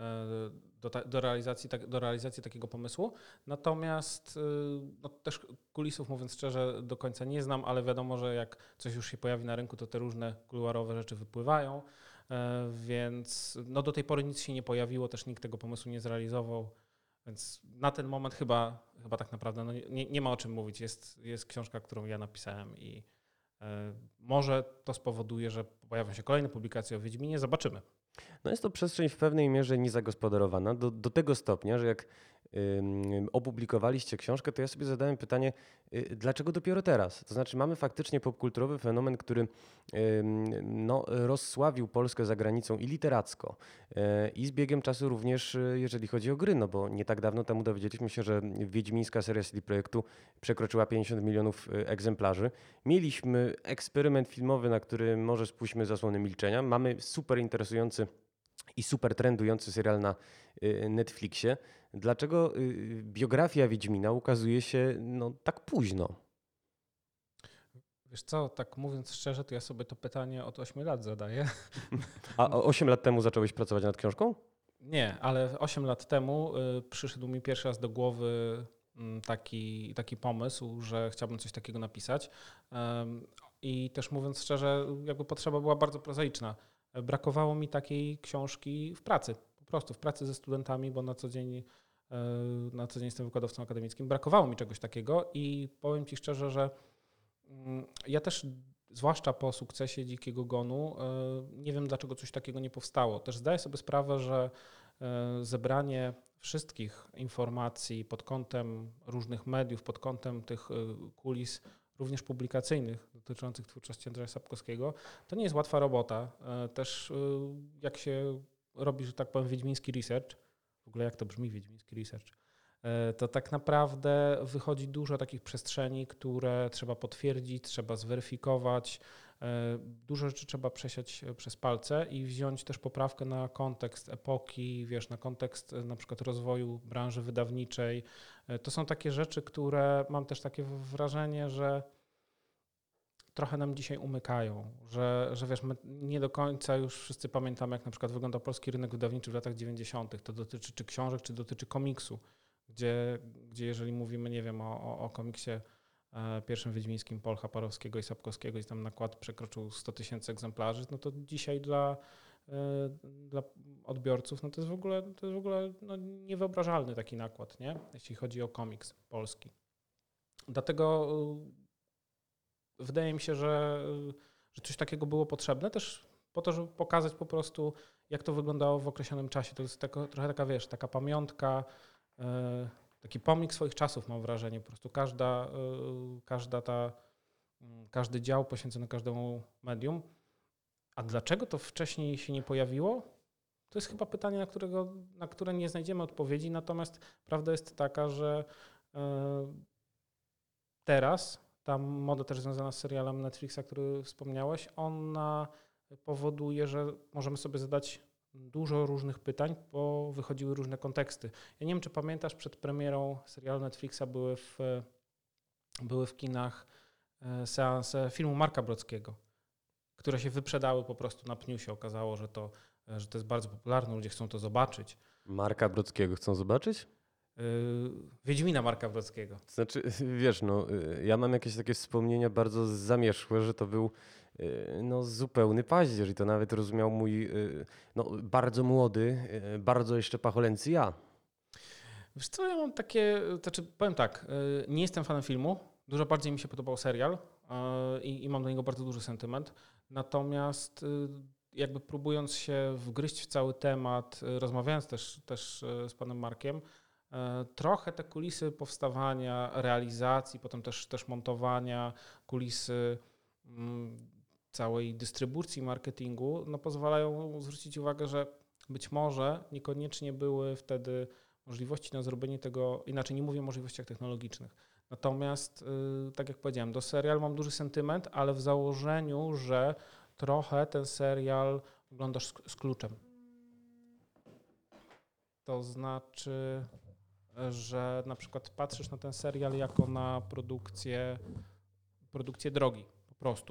do realizacji takiego pomysłu. Natomiast no, też kulisów, mówiąc szczerze, do końca nie znam, ale wiadomo, że jak coś już się pojawi na rynku, to te różne kuluarowe rzeczy wypływają, więc no, do tej pory nic się nie pojawiło, też nikt tego pomysłu nie zrealizował. Więc na ten moment chyba tak naprawdę no nie ma o czym mówić. Jest książka, którą ja napisałem i może to spowoduje, że pojawią się kolejne publikacje o Wiedźminie. Zobaczymy. No jest to przestrzeń w pewnej mierze niezagospodarowana do tego stopnia, że jak opublikowaliście książkę, to ja sobie zadałem pytanie, dlaczego dopiero teraz? To znaczy mamy faktycznie popkulturowy fenomen, który rozsławił Polskę za granicą i literacko, i z biegiem czasu również jeżeli chodzi o gry, no bo nie tak dawno temu dowiedzieliśmy się, że wiedźmińska seria CD Projektu przekroczyła 50 milionów egzemplarzy. Mieliśmy eksperyment filmowy, na który może spuśćmy zasłony milczenia. Mamy super interesujący i super trendujący serial na Netflixie. Dlaczego biografia Wiedźmina ukazuje się tak późno? Wiesz co, tak mówiąc szczerze, to ja sobie to pytanie od 8 lat zadaję. A 8 lat temu zacząłeś pracować nad książką? Nie, ale 8 lat temu przyszedł mi pierwszy raz do głowy taki pomysł, że chciałbym coś takiego napisać. I też mówiąc szczerze, jakby potrzeba była bardzo prozaiczna. Brakowało mi takiej książki w pracy, po prostu w pracy ze studentami, bo na co dzień jestem wykładowcą akademickim. Brakowało mi czegoś takiego i powiem Ci szczerze, że ja też, zwłaszcza po sukcesie Dzikiego Gonu, nie wiem, dlaczego coś takiego nie powstało. Też zdaję sobie sprawę, że zebranie wszystkich informacji pod kątem różnych mediów, pod kątem tych kulis również publikacyjnych dotyczących twórczości Andrzeja Sapkowskiego, to nie jest łatwa robota. Też jak się robi, że tak powiem, wiedźmiński research, w ogóle jak to brzmi wiedźmiński research, to tak naprawdę wychodzi dużo takich przestrzeni, które trzeba potwierdzić, trzeba zweryfikować. Dużo rzeczy trzeba przesiać przez palce i wziąć też poprawkę na kontekst epoki, wiesz, na kontekst na przykład rozwoju branży wydawniczej. To są takie rzeczy, które mam też takie wrażenie, że trochę nam dzisiaj umykają, że wiesz, my nie do końca już wszyscy pamiętamy, jak na przykład wygląda polski rynek wydawniczy w latach 90. To dotyczy czy książek, czy dotyczy komiksu, gdzie jeżeli mówimy, nie wiem, o komiksie pierwszym wiedźmińskim Paul Chaparowskiego i Sapkowskiego, i tam nakład przekroczył 100 000 egzemplarzy, no to dzisiaj dla odbiorców no to jest w ogóle no, niewyobrażalny taki nakład, nie? Jeśli chodzi o komiks polski. Dlatego wydaje mi się, że coś takiego było potrzebne też po to, żeby pokazać po prostu, jak to wyglądało w określonym czasie. To jest trochę taka, wiesz, taka pamiątka, taki pomnik swoich czasów, mam wrażenie. Po prostu każdy dział poświęcony każdemu medium. A dlaczego to wcześniej się nie pojawiło? To jest chyba pytanie, na które nie znajdziemy odpowiedzi, natomiast prawda jest taka, że teraz ta moda też związana z serialem Netflixa, który wspomniałeś, ona powoduje, że możemy sobie zadać dużo różnych pytań, bo wychodziły różne konteksty. Ja nie wiem, czy pamiętasz, przed premierą serialu Netflixa były w kinach seanse filmu Marka Brockiego, które się wyprzedały po prostu na pniu. Się okazało, że to jest bardzo popularne, ludzie chcą to zobaczyć. Marka Brockiego chcą zobaczyć? Wiedźmina Marka Brockiego. Znaczy, wiesz, no, ja mam jakieś takie wspomnienia bardzo zamierzchłe, że to był no, zupełny paździerz i to nawet rozumiał mój no, bardzo młody, bardzo jeszcze pacholęcy ja. Wiesz co, ja mam takie, znaczy powiem tak, nie jestem fanem filmu, dużo bardziej mi się podobał serial i mam do niego bardzo duży sentyment, natomiast jakby próbując się wgryźć w cały temat, rozmawiając też z panem Markiem, trochę te kulisy powstawania, realizacji, potem też montowania, kulisy całej dystrybucji, marketingu, no pozwalają zwrócić uwagę, że być może niekoniecznie były wtedy możliwości na zrobienie tego, inaczej nie mówię o możliwościach technologicznych. Natomiast, tak jak powiedziałem, do serialu mam duży sentyment, ale w założeniu, że trochę ten serial oglądasz z kluczem. To znaczy, że na przykład patrzysz na ten serial jako na produkcję drogi, po prostu.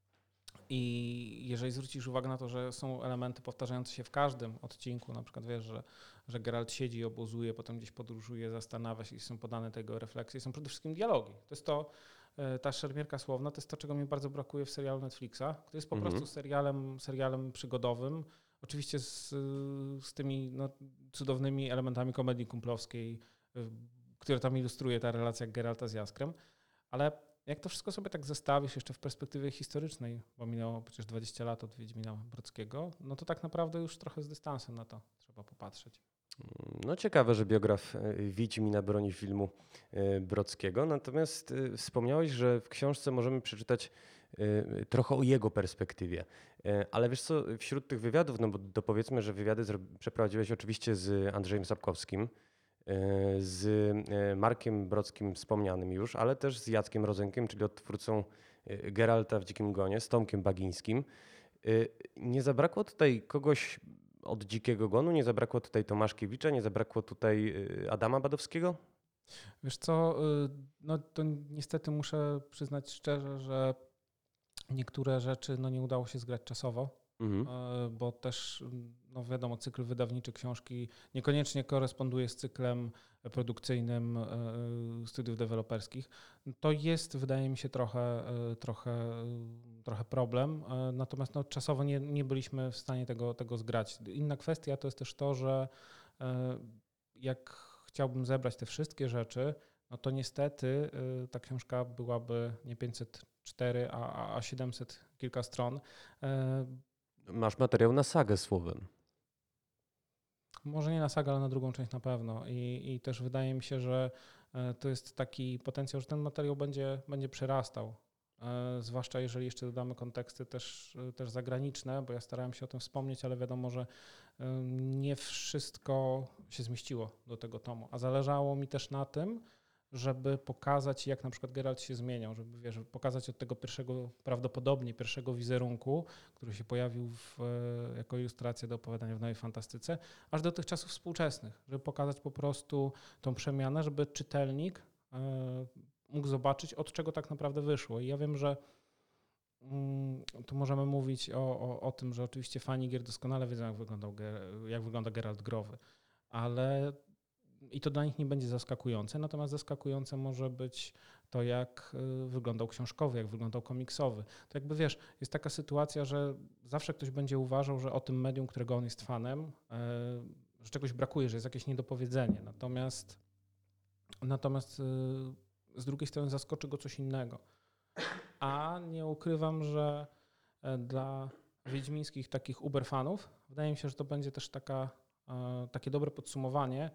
I jeżeli zwrócisz uwagę na to, że są elementy powtarzające się w każdym odcinku, na przykład wiesz, że Geralt siedzi i obozuje, potem gdzieś podróżuje, zastanawia się i są podane tego refleksje, są przede wszystkim dialogi. To jest ta szermierka słowna, to jest to, czego mi bardzo brakuje w serialu Netflixa, który jest po prostu serialem przygodowym, oczywiście z tymi no, cudownymi elementami komedii kumplowskiej, które tam ilustruje ta relacja Geralta z Jaskrem, ale jak to wszystko sobie tak zestawisz jeszcze w perspektywie historycznej, bo minęło przecież 20 lat od Wiedźmina Brockiego, no to tak naprawdę już trochę z dystansem na to trzeba popatrzeć. No ciekawe, że biograf Wiedźmina broni filmu Brockiego, natomiast wspomniałeś, że w książce możemy przeczytać trochę o jego perspektywie. Ale wiesz co, wśród tych wywiadów, no bo dopowiedzmy, że wywiady przeprowadziłeś oczywiście z Andrzejem Sapkowskim, z Markiem Brockim wspomnianym już, ale też z Jackiem Rodzenkiem, czyli odtwórcą Geralta w Dzikim Gonie, z Tomkiem Bagińskim. Nie zabrakło tutaj kogoś od Dzikiego Gonu, nie zabrakło tutaj Tomaszkiewicza, nie zabrakło tutaj Adama Badowskiego? Wiesz co, no to niestety muszę przyznać szczerze, że niektóre rzeczy no, nie udało się zgrać czasowo, bo też, no wiadomo, cykl wydawniczy książki niekoniecznie koresponduje z cyklem produkcyjnym studiów deweloperskich. To jest, wydaje mi się, trochę problem, natomiast no, czasowo nie byliśmy w stanie tego zgrać. Inna kwestia to jest też to, że jak chciałbym zebrać te wszystkie rzeczy, no to niestety ta książka byłaby nie 504, a 700 kilka stron. Masz materiał na sagę słowem. Może nie na sagę, ale na drugą część na pewno. I też wydaje mi się, że to jest taki potencjał, że ten materiał będzie przerastał. zwłaszcza jeżeli jeszcze dodamy konteksty też zagraniczne, bo ja starałem się o tym wspomnieć, ale wiadomo, że nie wszystko się zmieściło do tego tomu, a zależało mi też na tym, żeby pokazać, jak na przykład Geralt się zmieniał, żeby pokazać od tego prawdopodobnie pierwszego wizerunku, który się pojawił jako ilustracja do opowiadania w Nowej Fantastyce, aż do tych czasów współczesnych, żeby pokazać po prostu tą przemianę, żeby czytelnik mógł zobaczyć, od czego tak naprawdę wyszło. I ja wiem, że tu możemy mówić o tym, że oczywiście fani gier doskonale wiedzą, jak wygląda Geralt growy, ale i to dla nich nie będzie zaskakujące, natomiast zaskakujące może być to, jak wyglądał książkowy, jak wyglądał komiksowy. To jakby wiesz, jest taka sytuacja, że zawsze ktoś będzie uważał, że o tym medium, którego on jest fanem, że czegoś brakuje, że jest jakieś niedopowiedzenie. Natomiast z drugiej strony zaskoczy go coś innego. A nie ukrywam, że dla wiedźmińskich takich uberfanów wydaje mi się, że to będzie też takie dobre podsumowanie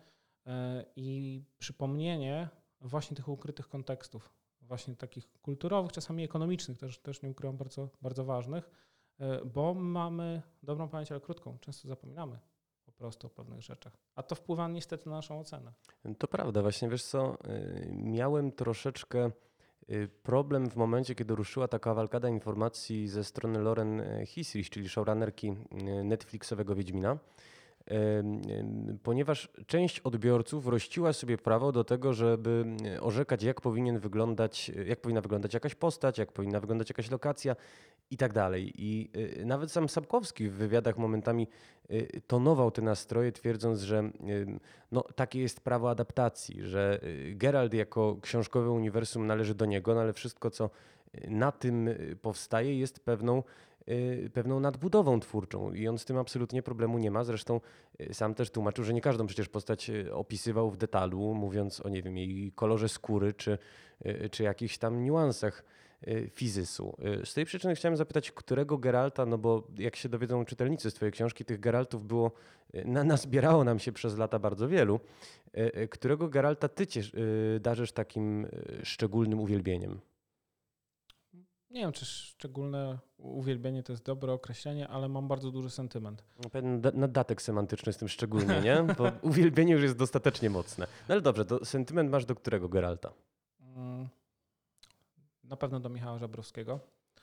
i przypomnienie właśnie tych ukrytych kontekstów, właśnie takich kulturowych, czasami ekonomicznych, też nie ukrywam, bardzo, bardzo ważnych, bo mamy dobrą pamięć, ale krótką. Często zapominamy po prostu o pewnych rzeczach. A to wpływa niestety na naszą ocenę. To prawda, właśnie wiesz co, miałem troszeczkę problem w momencie, kiedy ruszyła ta kawalkada informacji ze strony Lauren Hisrich, czyli showrunnerki Netflixowego Wiedźmina, ponieważ część odbiorców rościła sobie prawo do tego, żeby orzekać, jak powinna wyglądać jakaś postać, jak powinna wyglądać jakaś lokacja i tak dalej. I nawet sam Sapkowski w wywiadach momentami tonował te nastroje, twierdząc, że no, takie jest prawo adaptacji, że Geralt jako książkowe uniwersum należy do niego, no ale wszystko, co na tym powstaje, jest pewną nadbudową twórczą i on z tym absolutnie problemu nie ma. Zresztą sam też tłumaczył, że nie każdą przecież postać opisywał w detalu, mówiąc o, nie wiem, jej kolorze skóry czy jakichś tam niuansach fizysu. Z tej przyczyny chciałem zapytać, którego Geralta, no bo jak się dowiedzą czytelnicy z twojej książki, tych Geraltów było, nazbierało nam się przez lata bardzo wielu. Którego Geralta ty darzysz takim szczególnym uwielbieniem? Nie wiem, czy szczególne uwielbienie to jest dobre określenie, ale mam bardzo duży sentyment. Pewien nadatek semantyczny z tym szczególnie, nie? Bo uwielbienie już jest dostatecznie mocne. No ale dobrze, to sentyment masz do którego Geralta? Na pewno do Michała Żebrowskiego.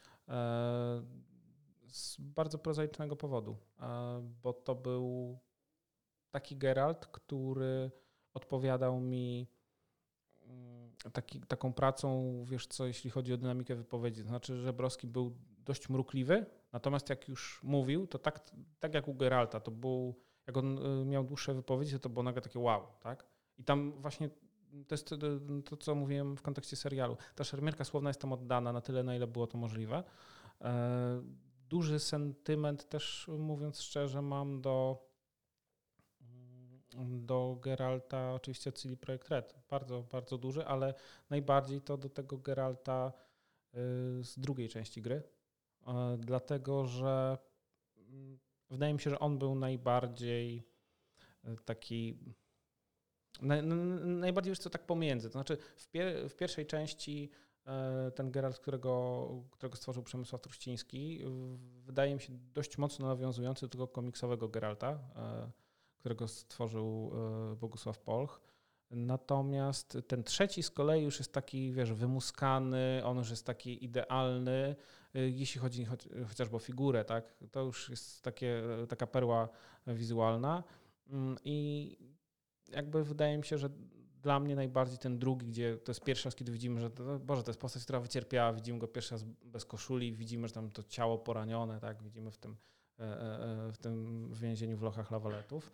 Z bardzo prozaicznego powodu, bo to był taki Geralt, który odpowiadał mi taką pracą, wiesz co, jeśli chodzi o dynamikę wypowiedzi. To znaczy, Żebrowski był dość mrukliwy, natomiast jak już mówił, to tak jak u Geralta, to był, jak on miał dłuższe wypowiedzi, to było nagle takie wow, tak? I tam właśnie to jest to, co mówiłem w kontekście serialu. Ta szermierka słowna jest tam oddana na tyle, na ile było to możliwe. Duży sentyment też, mówiąc szczerze, mam do Geralta oczywiście CD Projekt Red. Bardzo, bardzo duży, ale najbardziej to do tego Geralta z drugiej części gry. Dlatego, że wydaje mi się, że on był najbardziej taki... Najbardziej, wiesz co, tak pomiędzy. To znaczy w pierwszej części ten Geralt, którego stworzył Przemysław Truściński, wydaje mi się dość mocno nawiązujący do tego komiksowego Geralta, którego stworzył Bogusław Polch. Natomiast ten trzeci z kolei już jest taki, wiesz, wymuskany, on już jest taki idealny, jeśli chodzi chociażby o figurę, tak? To już jest taka perła wizualna i jakby wydaje mi się, że dla mnie najbardziej ten drugi, gdzie to jest pierwszy raz, kiedy widzimy, że to jest postać, która wycierpiała, widzimy go pierwszy raz bez koszuli, widzimy, że tam to ciało poranione, tak? Widzimy w tym więzieniu w lochach lawaletów.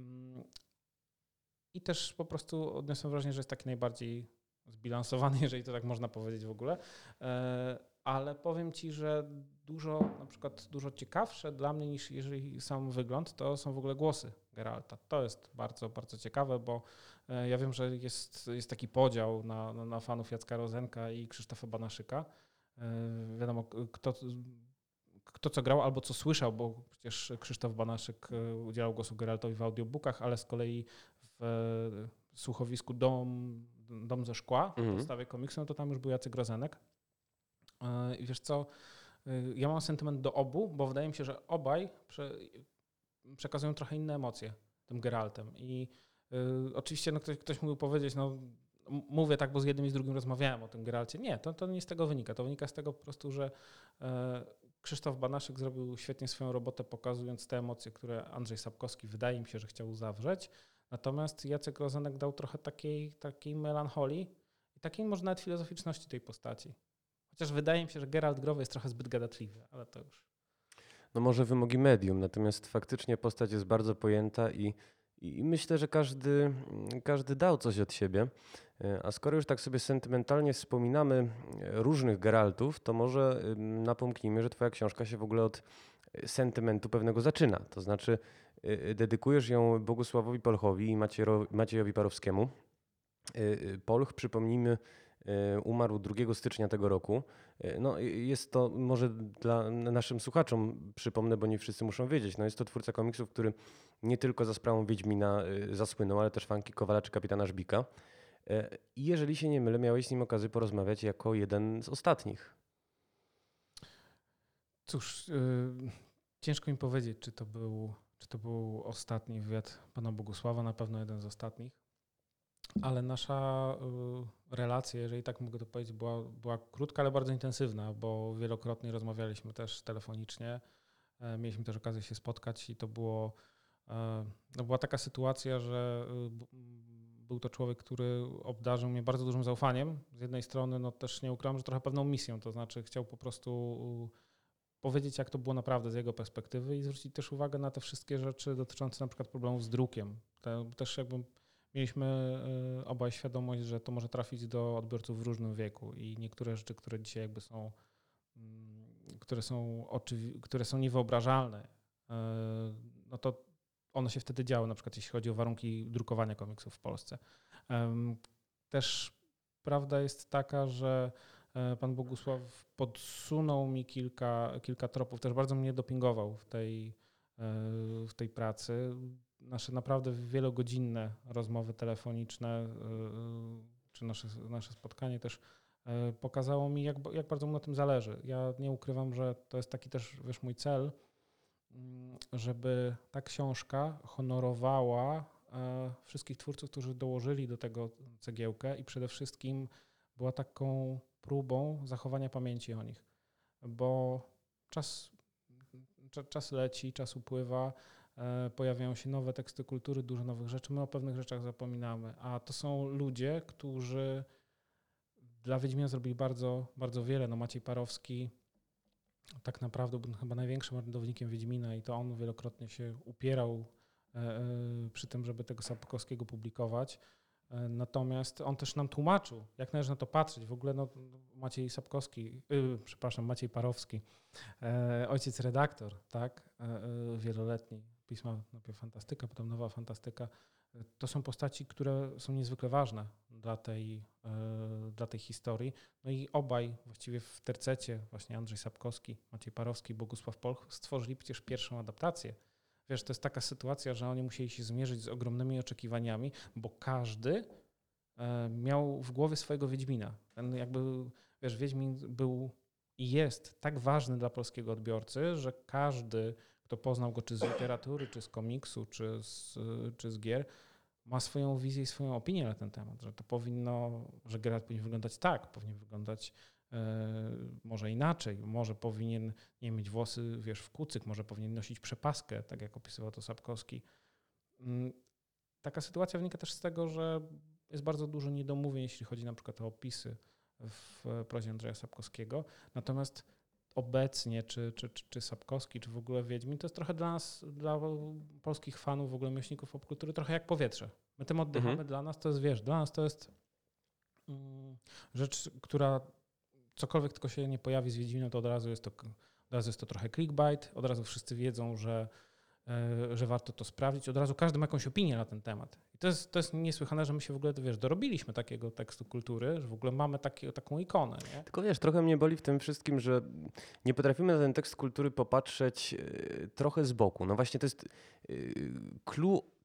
I też po prostu odniosłem wrażenie, że jest taki najbardziej zbilansowany, jeżeli to tak można powiedzieć w ogóle. Ale powiem ci, że na przykład dużo ciekawsze dla mnie niż jeżeli sam wygląd, to są w ogóle głosy Geralta. To jest bardzo, bardzo ciekawe, bo ja wiem, że jest taki podział na fanów Jacka Rozenka i Krzysztofa Banaszyka. Wiadomo, kto co grał albo co słyszał, bo przecież Krzysztof Banaszyk udzielał głosu Geraltowi w audiobookach, ale z kolei w słuchowisku Dom ze szkła, w podstawie komiksu, no to tam już był Jacek Rozenek. I wiesz co, ja mam sentyment do obu, bo wydaje mi się, że obaj przekazują trochę inne emocje tym Geraltem. I oczywiście ktoś mógł powiedzieć, mówię tak, bo z jednym i z drugim rozmawiałem o tym Geralcie. Nie, to nie z tego wynika. To wynika z tego po prostu, że Krzysztof Banaszek zrobił świetnie swoją robotę, pokazując te emocje, które Andrzej Sapkowski wydaje mi się, że chciał zawrzeć. Natomiast Jacek Rozenek dał trochę takiej melancholii i takiej może nawet filozoficzności tej postaci. Chociaż wydaje mi się, że Geralt Growy jest trochę zbyt gadatliwy, ale to już... No może wymogi medium, natomiast faktycznie postać jest bardzo pojęta i myślę, że każdy dał coś od siebie. A skoro już tak sobie sentymentalnie wspominamy różnych Geraltów, to może napomknijmy, że twoja książka się w ogóle od sentymentu pewnego zaczyna. To znaczy dedykujesz ją Bogusławowi Polchowi i Maciejowi Parowskiemu. Polch, przypomnijmy, umarł 2 stycznia tego roku. No, jest to, może dla naszym słuchaczom przypomnę, bo nie wszyscy muszą wiedzieć, jest to twórca komiksów, który nie tylko za sprawą Wiedźmina zasłynął, ale też Fanki Kowala czy Kapitana Żbika. I jeżeli się nie mylę, miałeś z nim okazję porozmawiać jako jeden z ostatnich. Cóż, ciężko mi powiedzieć, czy to był ostatni wywiad pana Bogusława, na pewno jeden z ostatnich. Ale nasza relacja, jeżeli tak mogę to powiedzieć, była krótka, ale bardzo intensywna, bo wielokrotnie rozmawialiśmy też telefonicznie. Mieliśmy też okazję się spotkać i to była taka sytuacja, że był to człowiek, który obdarzył mnie bardzo dużym zaufaniem. Z jednej strony też nie ukrywam, że trochę pewną misją, to znaczy chciał po prostu powiedzieć, jak to było naprawdę z jego perspektywy i zwrócić też uwagę na te wszystkie rzeczy dotyczące na przykład problemów z drukiem. Też jakby mieliśmy obaj świadomość, że to może trafić do odbiorców w różnym wieku i niektóre rzeczy, które dzisiaj jakby są, które są niewyobrażalne, to one się wtedy działy, na przykład jeśli chodzi o warunki drukowania komiksów w Polsce. Też prawda jest taka, że pan Bogusław podsunął mi kilka tropów, też bardzo mnie dopingował w tej pracy. Nasze naprawdę wielogodzinne rozmowy telefoniczne, czy nasze spotkanie też pokazało mi, jak bardzo mu na tym zależy. Ja nie ukrywam, że to jest taki też, mój cel, żeby ta książka honorowała wszystkich twórców, którzy dołożyli do tego cegiełkę i przede wszystkim była taką próbą zachowania pamięci o nich, bo czas leci, czas upływa, pojawiają się nowe teksty kultury, dużo nowych rzeczy, my o pewnych rzeczach zapominamy, a to są ludzie, którzy dla Wiedźmina zrobili bardzo, bardzo wiele. Maciej Parowski tak naprawdę był chyba największym orędownikiem Wiedźmina i to on wielokrotnie się upierał przy tym, żeby tego Sapkowskiego publikować. Natomiast on też nam tłumaczył, jak należy na to patrzeć. W ogóle Maciej Parowski, ojciec redaktor, tak, wieloletni pisma, najpierw Fantastyka, potem Nowa Fantastyka. To są postaci, które są niezwykle ważne dla tej historii. I obaj właściwie w tercecie, właśnie Andrzej Sapkowski, Maciej Parowski, Bogusław Polch stworzyli przecież pierwszą adaptację. Wiesz, to jest taka sytuacja, że oni musieli się zmierzyć z ogromnymi oczekiwaniami, bo każdy miał w głowie swojego Wiedźmina. Ten Wiedźmin był i jest tak ważny dla polskiego odbiorcy, że każdy, kto poznał go czy z literatury, czy z komiksu, czy z gier, ma swoją wizję i swoją opinię na ten temat, że że Geralt powinien wyglądać tak, powinien wyglądać może inaczej, może powinien nie mieć włosy, w kucyk, może powinien nosić przepaskę, tak jak opisywał to Sapkowski. Taka sytuacja wynika też z tego, że jest bardzo dużo niedomówień, jeśli chodzi na przykład o opisy w prozie Andrzeja Sapkowskiego. Natomiast obecnie, czy Sapkowski, czy w ogóle Wiedźmin, to jest trochę dla nas, dla polskich fanów, w ogóle miłośników popkultury, trochę jak powietrze. My tym oddychamy, dla nas to jest, dla nas to jest rzecz, która cokolwiek tylko się nie pojawi z Wiedźminem, to od razu jest to trochę clickbait, od razu wszyscy wiedzą, że warto to sprawdzić, od razu każdy ma jakąś opinię na ten temat. I to jest niesłychane, że my się w ogóle, dorobiliśmy takiego tekstu kultury, że w ogóle mamy taką ikonę. Nie? Tylko trochę mnie boli w tym wszystkim, że nie potrafimy na ten tekst kultury popatrzeć trochę z boku. No właśnie to jest clue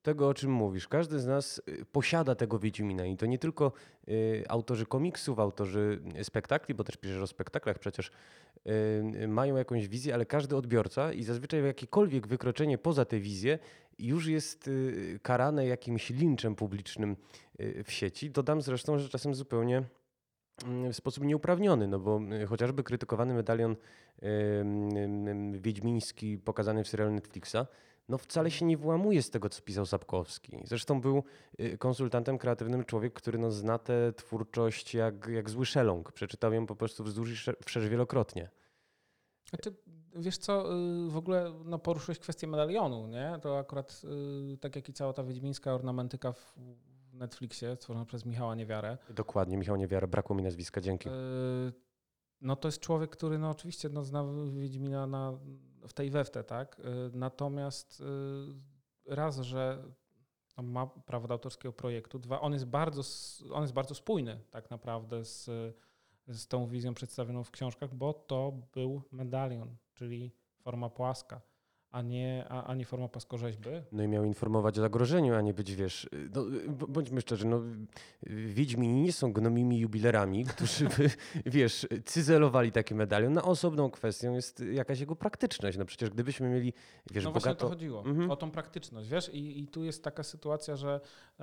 tego, o czym mówisz. Każdy z nas posiada tego Wiedźmina i to nie tylko autorzy komiksów, autorzy spektakli, bo też piszesz o spektaklach przecież, mają jakąś wizję, ale każdy odbiorca i zazwyczaj jakiekolwiek wykroczenie poza tę wizję już jest karane jakimś linczem publicznym w sieci. Dodam zresztą, że czasem zupełnie w sposób nieuprawniony, no bo chociażby krytykowany medalion wiedźmiński pokazany w serialu Netflixa, no wcale się nie wyłamuje z tego, co pisał Sapkowski. Zresztą był konsultantem kreatywnym człowiek, który no zna tę twórczość jak zły szeląg. Przeczytał ją po prostu wzdłuż i wszerz wielokrotnie. Znaczy, wiesz co, w ogóle no, poruszyłeś kwestię medalionu, nie? To akurat tak jak i cała ta wiedźmińska ornamentyka w Netflixie, stworzona przez Michała Niewiarę. Dokładnie, Michał Niewiara, brakło mi nazwiska, dzięki. No to jest człowiek, który no oczywiście no, zna Wiedźmina w tej we w te, tak? Natomiast raz, że no, ma prawo do autorskiego projektu, dwa, on jest bardzo spójny tak naprawdę z tą wizją przedstawioną w książkach, bo to był medalion, czyli forma płaska, a nie forma płaskorzeźby. No i miał informować o zagrożeniu, a nie być, wiesz, no, bądźmy szczerzy, no, Wiedźmini nie są gnomimi jubilerami, którzy by, wiesz, cyzelowali taki medalion. Na osobną kwestią jest jakaś jego praktyczność. No przecież gdybyśmy mieli, wiesz, No właśnie o to bogato... chodziło, Mhm. o tą praktyczność, wiesz, i tu jest taka sytuacja, że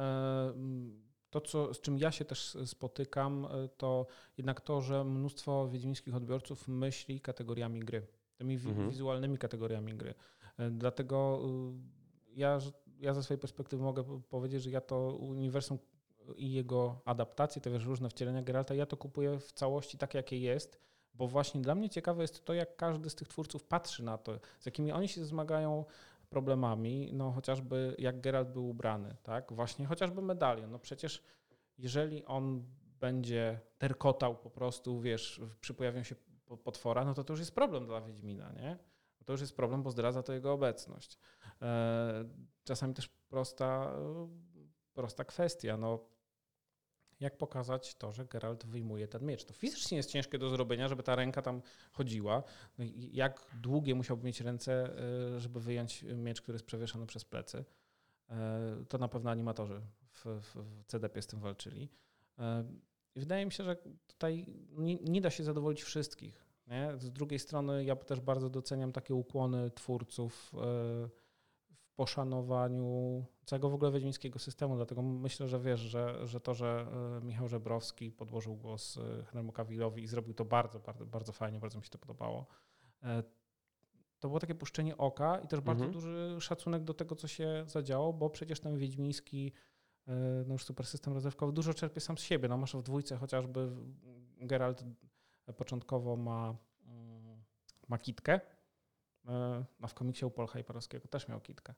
to, z czym ja się też spotykam, to jednak to, że mnóstwo wiedźmińskich odbiorców myśli kategoriami gry, tymi wizualnymi kategoriami gry. Dlatego ja ze swojej perspektywy mogę powiedzieć, że ja to uniwersum i jego adaptacje, te wiesz, różne wcielenia Geralta, ja to kupuję w całości tak, jakie jest, bo właśnie dla mnie ciekawe jest to, jak każdy z tych twórców patrzy na to, z jakimi oni się zmagają problemami, no chociażby jak Geralt był ubrany, tak? Właśnie chociażby medalion. No przecież jeżeli on będzie terkotał po prostu, wiesz, przy pojawieniu się potwora, no to już jest problem dla Wiedźmina, nie? To już jest problem, bo zdradza to jego obecność. Czasami też prosta kwestia, no jak pokazać to, że Geralt wyjmuje ten miecz. To fizycznie jest ciężkie do zrobienia, żeby ta ręka tam chodziła. No jak długie musiałby mieć ręce, żeby wyjąć miecz, który jest przewieszony przez plecy. To na pewno animatorzy w CDP z tym walczyli. Wydaje mi się, że tutaj nie da się zadowolić wszystkich. Nie? Z drugiej strony ja też bardzo doceniam takie ukłony twórców w poszanowaniu całego w ogóle wiedźmińskiego systemu, dlatego myślę, że wiesz, że to, że Michał Żebrowski podłożył głos Henrymu Cavillowi i zrobił to bardzo, bardzo, bardzo fajnie, bardzo mi się to podobało. To było takie puszczenie oka i też bardzo duży szacunek do tego, co się zadziało, bo przecież ten wiedźmiński no już super system rozrywkowy dużo czerpie sam z siebie. No masz w dwójce chociażby Geralt początkowo ma kitkę, a w komiksie u Paula Hyperowskiego też miał kitkę.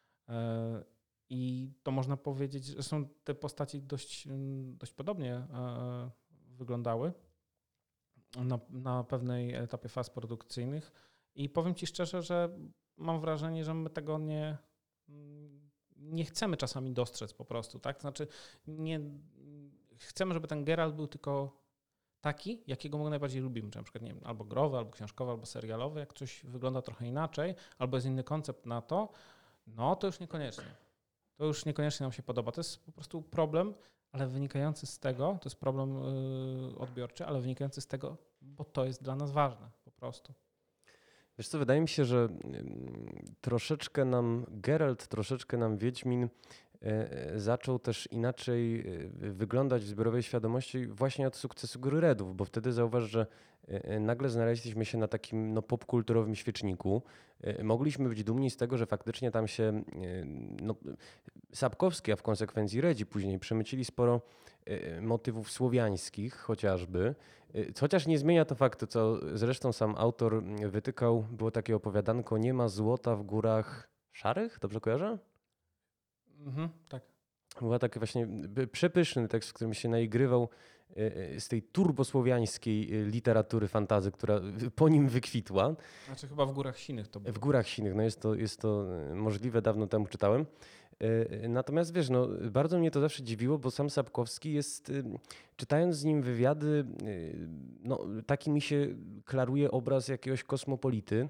I to można powiedzieć, że są te postaci dość podobnie wyglądały na pewnej etapie faz produkcyjnych. I powiem Ci szczerze, że mam wrażenie, że my tego nie chcemy czasami dostrzec po prostu, tak? To znaczy nie chcemy, żeby ten Geralt był tylko taki, jakiego my najbardziej lubimy, czy na przykład nie wiem, albo growy, albo książkowy, albo serialowy, jak coś wygląda trochę inaczej, albo jest inny koncept na to, no to już niekoniecznie. To już niekoniecznie nam się podoba. To jest po prostu problem, ale wynikający z tego, to jest problem odbiorczy, ale wynikający z tego, bo to jest dla nas ważne po prostu. Wiesz co, wydaje mi się, że troszeczkę nam Geralt, troszeczkę nam Wiedźmin zaczął też inaczej wyglądać w zbiorowej świadomości właśnie od sukcesu Gry Redów, bo wtedy zauważ, że nagle znaleźliśmy się na takim popkulturowym świeczniku. Mogliśmy być dumni z tego, że faktycznie tam się Sapkowski, a w konsekwencji Redzi później przemycili sporo motywów słowiańskich chociażby. Chociaż nie zmienia to faktu, co zresztą sam autor wytykał, było takie opowiadanko "Nie ma złota w górach szarych", dobrze kojarzę? Tak. Był taki właśnie przepyszny tekst, w którym się naigrywał z tej turbosłowiańskiej literatury fantasy, która po nim wykwitła. Znaczy chyba w Górach Sinych to było. W Górach Sinych, no jest to możliwe, dawno temu czytałem. Natomiast wiesz, no, bardzo mnie to zawsze dziwiło, bo sam Sapkowski jest, czytając z nim wywiady, no, taki mi się klaruje obraz jakiegoś kosmopolity,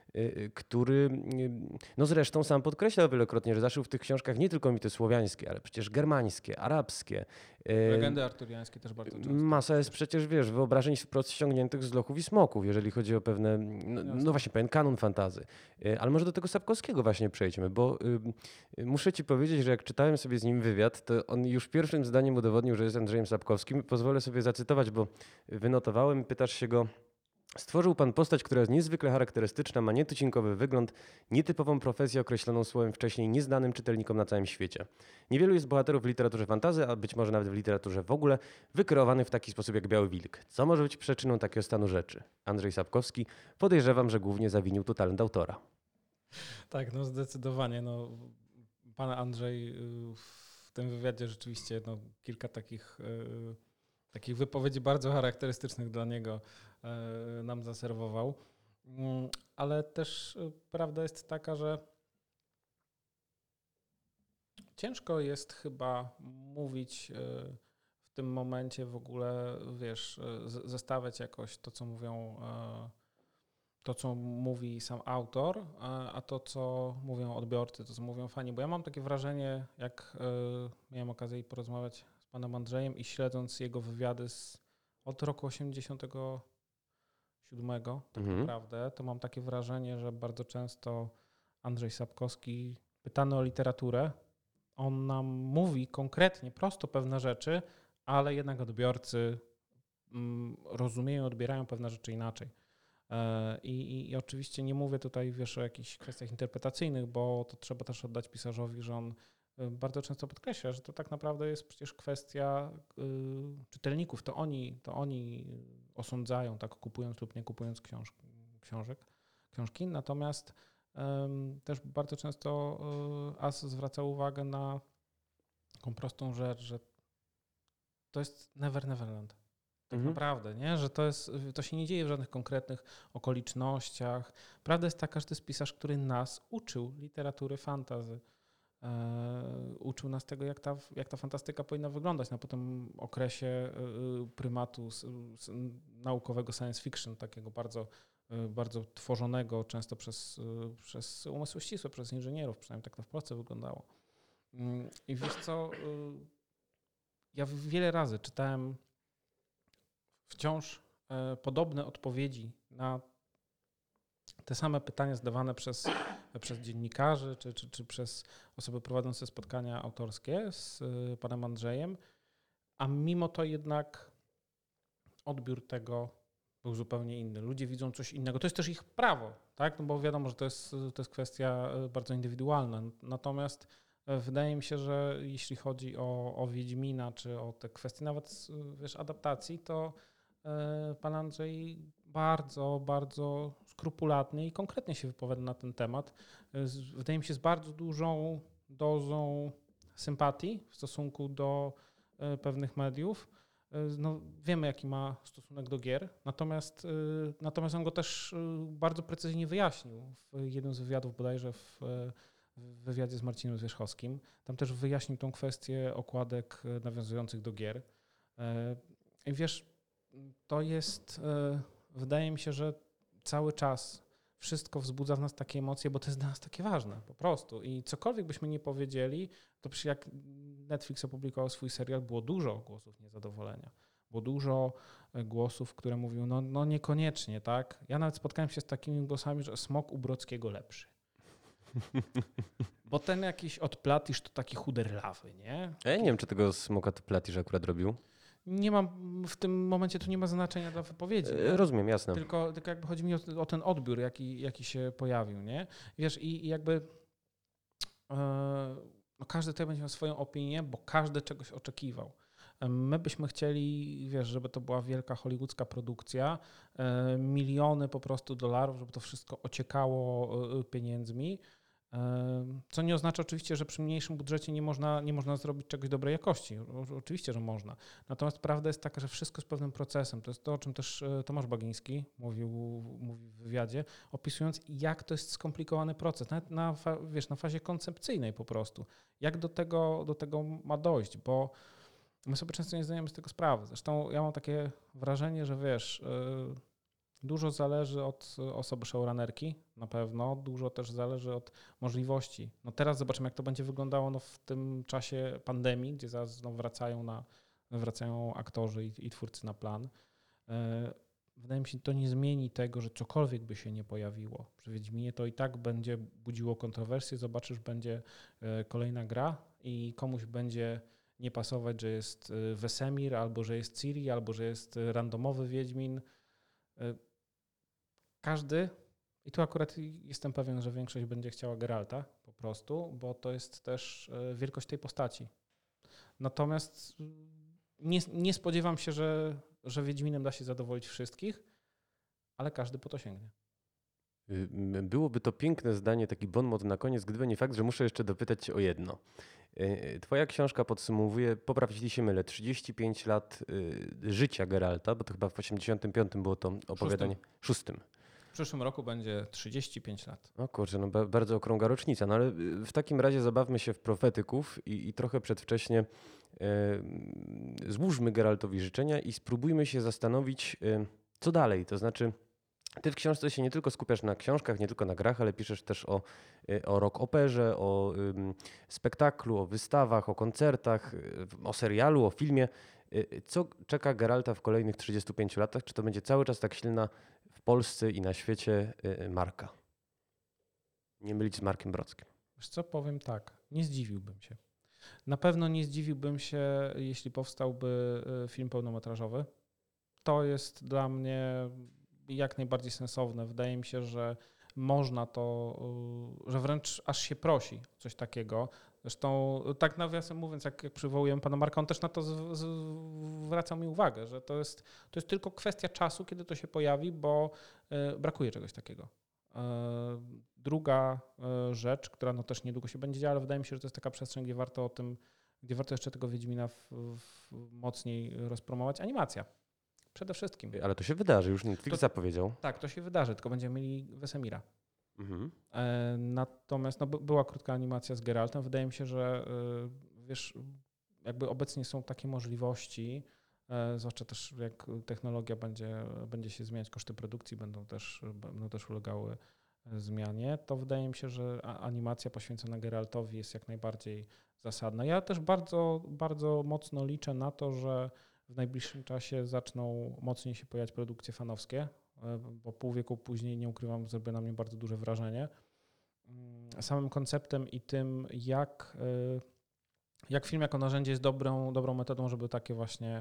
który no zresztą sam podkreślał wielokrotnie, że zaszył w tych książkach nie tylko mity słowiańskie, ale przecież germańskie, arabskie. Legendy arturiańskie też bardzo często. Masa jest przecież, wiesz, wyobrażeń wprost ściągniętych z lochów i smoków, jeżeli chodzi o pewne, no właśnie, pewien kanon fantazy. Ale może do tego Sapkowskiego właśnie przejdźmy, bo muszę ci powiedzieć, że jak czytałem sobie z nim wywiad, to on już pierwszym zdaniem udowodnił, że jest Andrzejem Sapkowskim. Pozwolę sobie zacytować, bo wynotowałem, pytasz się go: stworzył pan postać, która jest niezwykle charakterystyczna, ma nietuzinkowy wygląd, nietypową profesję określoną słowem wcześniej nieznanym czytelnikom na całym świecie. Niewielu jest bohaterów w literaturze fantasy, a być może nawet w literaturze w ogóle, wykreowanych w taki sposób jak Biały Wilk. Co może być przyczyną takiego stanu rzeczy? Andrzej Sapkowski: podejrzewam, że głównie zawinił tu talent autora. Tak, no zdecydowanie. No, pan Andrzej w tym wywiadzie rzeczywiście kilka takich wypowiedzi bardzo charakterystycznych dla niego nam zaserwował. Ale też prawda jest taka, że ciężko jest chyba mówić w tym momencie w ogóle, wiesz, zestawiać jakoś to, co mówi sam autor, a to, co mówią odbiorcy, to, co mówią fani. Bo ja mam takie wrażenie, jak miałem okazję porozmawiać z panem Andrzejem i śledząc jego wywiady od roku 87 tak naprawdę, to mam takie wrażenie, że bardzo często Andrzej Sapkowski, pytany o literaturę, on nam mówi konkretnie, prosto pewne rzeczy, ale jednak odbiorcy rozumieją, odbierają pewne rzeczy inaczej. I oczywiście nie mówię tutaj, wiesz, o jakichś kwestiach interpretacyjnych, bo to trzeba też oddać pisarzowi, że on bardzo często podkreśla, że to tak naprawdę jest przecież kwestia czytelników. To oni osądzają, tak, kupując lub nie kupując książki. Natomiast też bardzo często As zwraca uwagę na taką prostą rzecz, że to jest Neverland. Tak naprawdę, nie? Że to się nie dzieje w żadnych konkretnych okolicznościach. Prawda jest taka, że to jest pisarz, który nas uczył literatury fantasy. Uczył nas tego, jak ta fantastyka powinna wyglądać na potem okresie prymatu naukowego science fiction, takiego bardzo, bardzo tworzonego często przez umysły ścisłe, przez inżynierów, przynajmniej tak to w Polsce wyglądało. I wiesz co, ja wiele razy czytałem wciąż podobne odpowiedzi na te same pytania zadawane przez dziennikarzy czy przez osoby prowadzące spotkania autorskie z panem Andrzejem, a mimo to jednak odbiór tego był zupełnie inny. Ludzie widzą coś innego. To jest też ich prawo, tak? No bo wiadomo, że to jest kwestia bardzo indywidualna. Natomiast wydaje mi się, że jeśli chodzi o Wiedźmina, czy o te kwestie nawet, wiesz, adaptacji, to pan Andrzej bardzo, bardzo skrupulatnie i konkretnie się wypowiada na ten temat. Wydaje mi się, z bardzo dużą dozą sympatii w stosunku do pewnych mediów. No, wiemy, jaki ma stosunek do gier, natomiast on go też bardzo precyzyjnie wyjaśnił w jednym z wywiadów, bodajże w wywiadzie z Marcinem Zwierzchowskim. Tam też wyjaśnił tą kwestię okładek nawiązujących do gier. I wiesz, to jest, wydaje mi się, że cały czas wszystko wzbudza w nas takie emocje, bo to jest dla nas takie ważne po prostu. I cokolwiek byśmy nie powiedzieli, to przecież jak Netflix opublikował swój serial, było dużo głosów niezadowolenia. Było dużo głosów, które mówiły, no niekoniecznie, tak? Ja nawet spotkałem się z takimi głosami, że Smok u Brodzkiego lepszy. Bo ten jakiś odplatisz to taki chuderlawy, nie? Ja nie wiem, czy tego Smoka to Platisz akurat robił. Nie mam, w tym momencie to nie ma znaczenia dla wypowiedzi. Rozumiem, jasne. Tylko jakby chodzi mi o ten odbiór, jaki się pojawił, nie? Wiesz, i jakby no każdy tutaj będzie miał swoją opinię, bo każdy czegoś oczekiwał. My byśmy chcieli, wiesz, żeby to była wielka hollywoodzka produkcja, miliony po prostu dolarów, żeby to wszystko ociekało pieniędzmi. Co nie oznacza oczywiście, że przy mniejszym budżecie nie można zrobić czegoś dobrej jakości. Oczywiście, że można. Natomiast prawda jest taka, że wszystko jest pewnym procesem. To jest to, o czym też Tomasz Bagiński mówił w wywiadzie, opisując, jak to jest skomplikowany proces. Nawet na fazie koncepcyjnej po prostu. Jak do tego ma dojść, bo my sobie często nie zdajemy z tego sprawy. Zresztą ja mam takie wrażenie, że wiesz, Dużo zależy od osoby showrunnerki, na pewno. Dużo też zależy od możliwości. No teraz zobaczymy, jak to będzie wyglądało no w tym czasie pandemii, gdzie zaraz no wracają aktorzy i twórcy na plan. Wydaje mi się, że to nie zmieni tego, że cokolwiek by się nie pojawiło. Przy Wiedźminie to i tak będzie budziło kontrowersje. Zobaczysz, będzie kolejna gra i komuś będzie nie pasować, że jest Wesemir, albo że jest Ciri, albo że jest randomowy Wiedźmin. Każdy, i tu akurat jestem pewien, że większość będzie chciała Geralta po prostu, bo to jest też wielkość tej postaci. Natomiast nie spodziewam się, że Wiedźminem da się zadowolić wszystkich, ale każdy po to sięgnie. Byłoby to piękne zdanie, taki bon mot na koniec, gdyby nie fakt, że muszę jeszcze dopytać cię o jedno. Twoja książka podsumowuje, popraw jeśli się mylę, 35 lat życia Geralta, bo to chyba w 85 było to opowiadanie. Szóstym. W przyszłym roku będzie 35 lat. O kurczę, no bardzo okrągła rocznica, no ale w takim razie zabawmy się w profetyków i trochę przedwcześnie złóżmy Geraltowi życzenia i spróbujmy się zastanowić, co dalej. To znaczy, ty w książce się nie tylko skupiasz na książkach, nie tylko na grach, ale piszesz też o rock operze, o spektaklu, o wystawach, o koncertach, o serialu, o filmie. Co czeka Geralta w kolejnych 35 latach? Czy to będzie cały czas tak silna w Polsce i na świecie marka? Nie mylić z Markiem Brodskim. Wiesz co, powiem tak, nie zdziwiłbym się. Na pewno nie zdziwiłbym się, jeśli powstałby film pełnometrażowy. To jest dla mnie jak najbardziej sensowne. Wydaje mi się, że można to, że wręcz aż się prosi coś takiego. Zresztą tak nawiasem mówiąc, jak przywołujemy pana Marka, on też na to zwracał mi uwagę, że to jest tylko kwestia czasu, kiedy to się pojawi, bo brakuje czegoś takiego. Druga rzecz, która no też niedługo się będzie działa, ale wydaje mi się, że to jest taka przestrzeń, gdzie warto jeszcze tego Wiedźmina mocniej rozpromować. Animacja. Przede wszystkim. Ale to się wydarzy, już Netflix zapowiedział. Tak, to się wydarzy, tylko będziemy mieli Wesemira. Mhm. Natomiast no, była krótka animacja z Geraltem. Wydaje mi się, że wiesz, jakby obecnie są takie możliwości, zwłaszcza też jak technologia będzie się zmieniać, koszty produkcji będą też ulegały zmianie, to wydaje mi się, że animacja poświęcona Geraltowi jest jak najbardziej zasadna. Ja też bardzo, bardzo mocno liczę na to, że w najbliższym czasie zaczną mocniej się pojawiać produkcje fanowskie, bo pół wieku później, nie ukrywam, zrobiło na mnie bardzo duże wrażenie. Samym konceptem i tym, jak film jako narzędzie jest dobrą metodą, żeby takie właśnie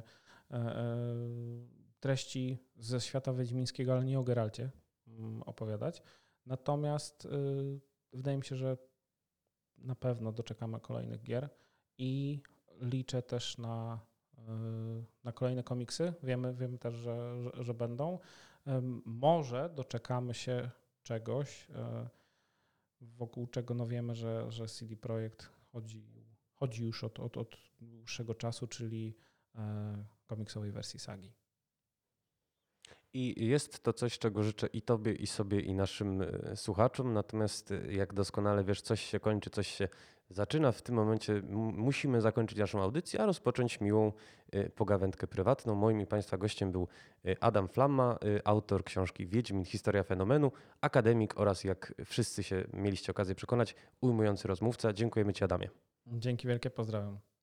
treści ze świata wiedźmińskiego, ale nie o Geralcie opowiadać. Natomiast wydaje mi się, że na pewno doczekamy kolejnych gier i liczę też na kolejne komiksy. Wiemy też, że będą. Może doczekamy się czegoś, wokół czego no wiemy, że CD Projekt chodzi już od dłuższego czasu, czyli komiksowej wersji sagi. I jest to coś, czego życzę i tobie, i sobie, i naszym słuchaczom. Natomiast jak doskonale wiesz, coś się kończy, coś się zaczyna. W tym momencie musimy zakończyć naszą audycję, a rozpocząć miłą pogawędkę prywatną. Moim i Państwa gościem był Adam Flamma, autor książki Wiedźmin, historia fenomenu, akademik oraz, jak wszyscy się mieliście okazję przekonać, ujmujący rozmówca. Dziękujemy Ci, Adamie. Dzięki wielkie, pozdrawiam.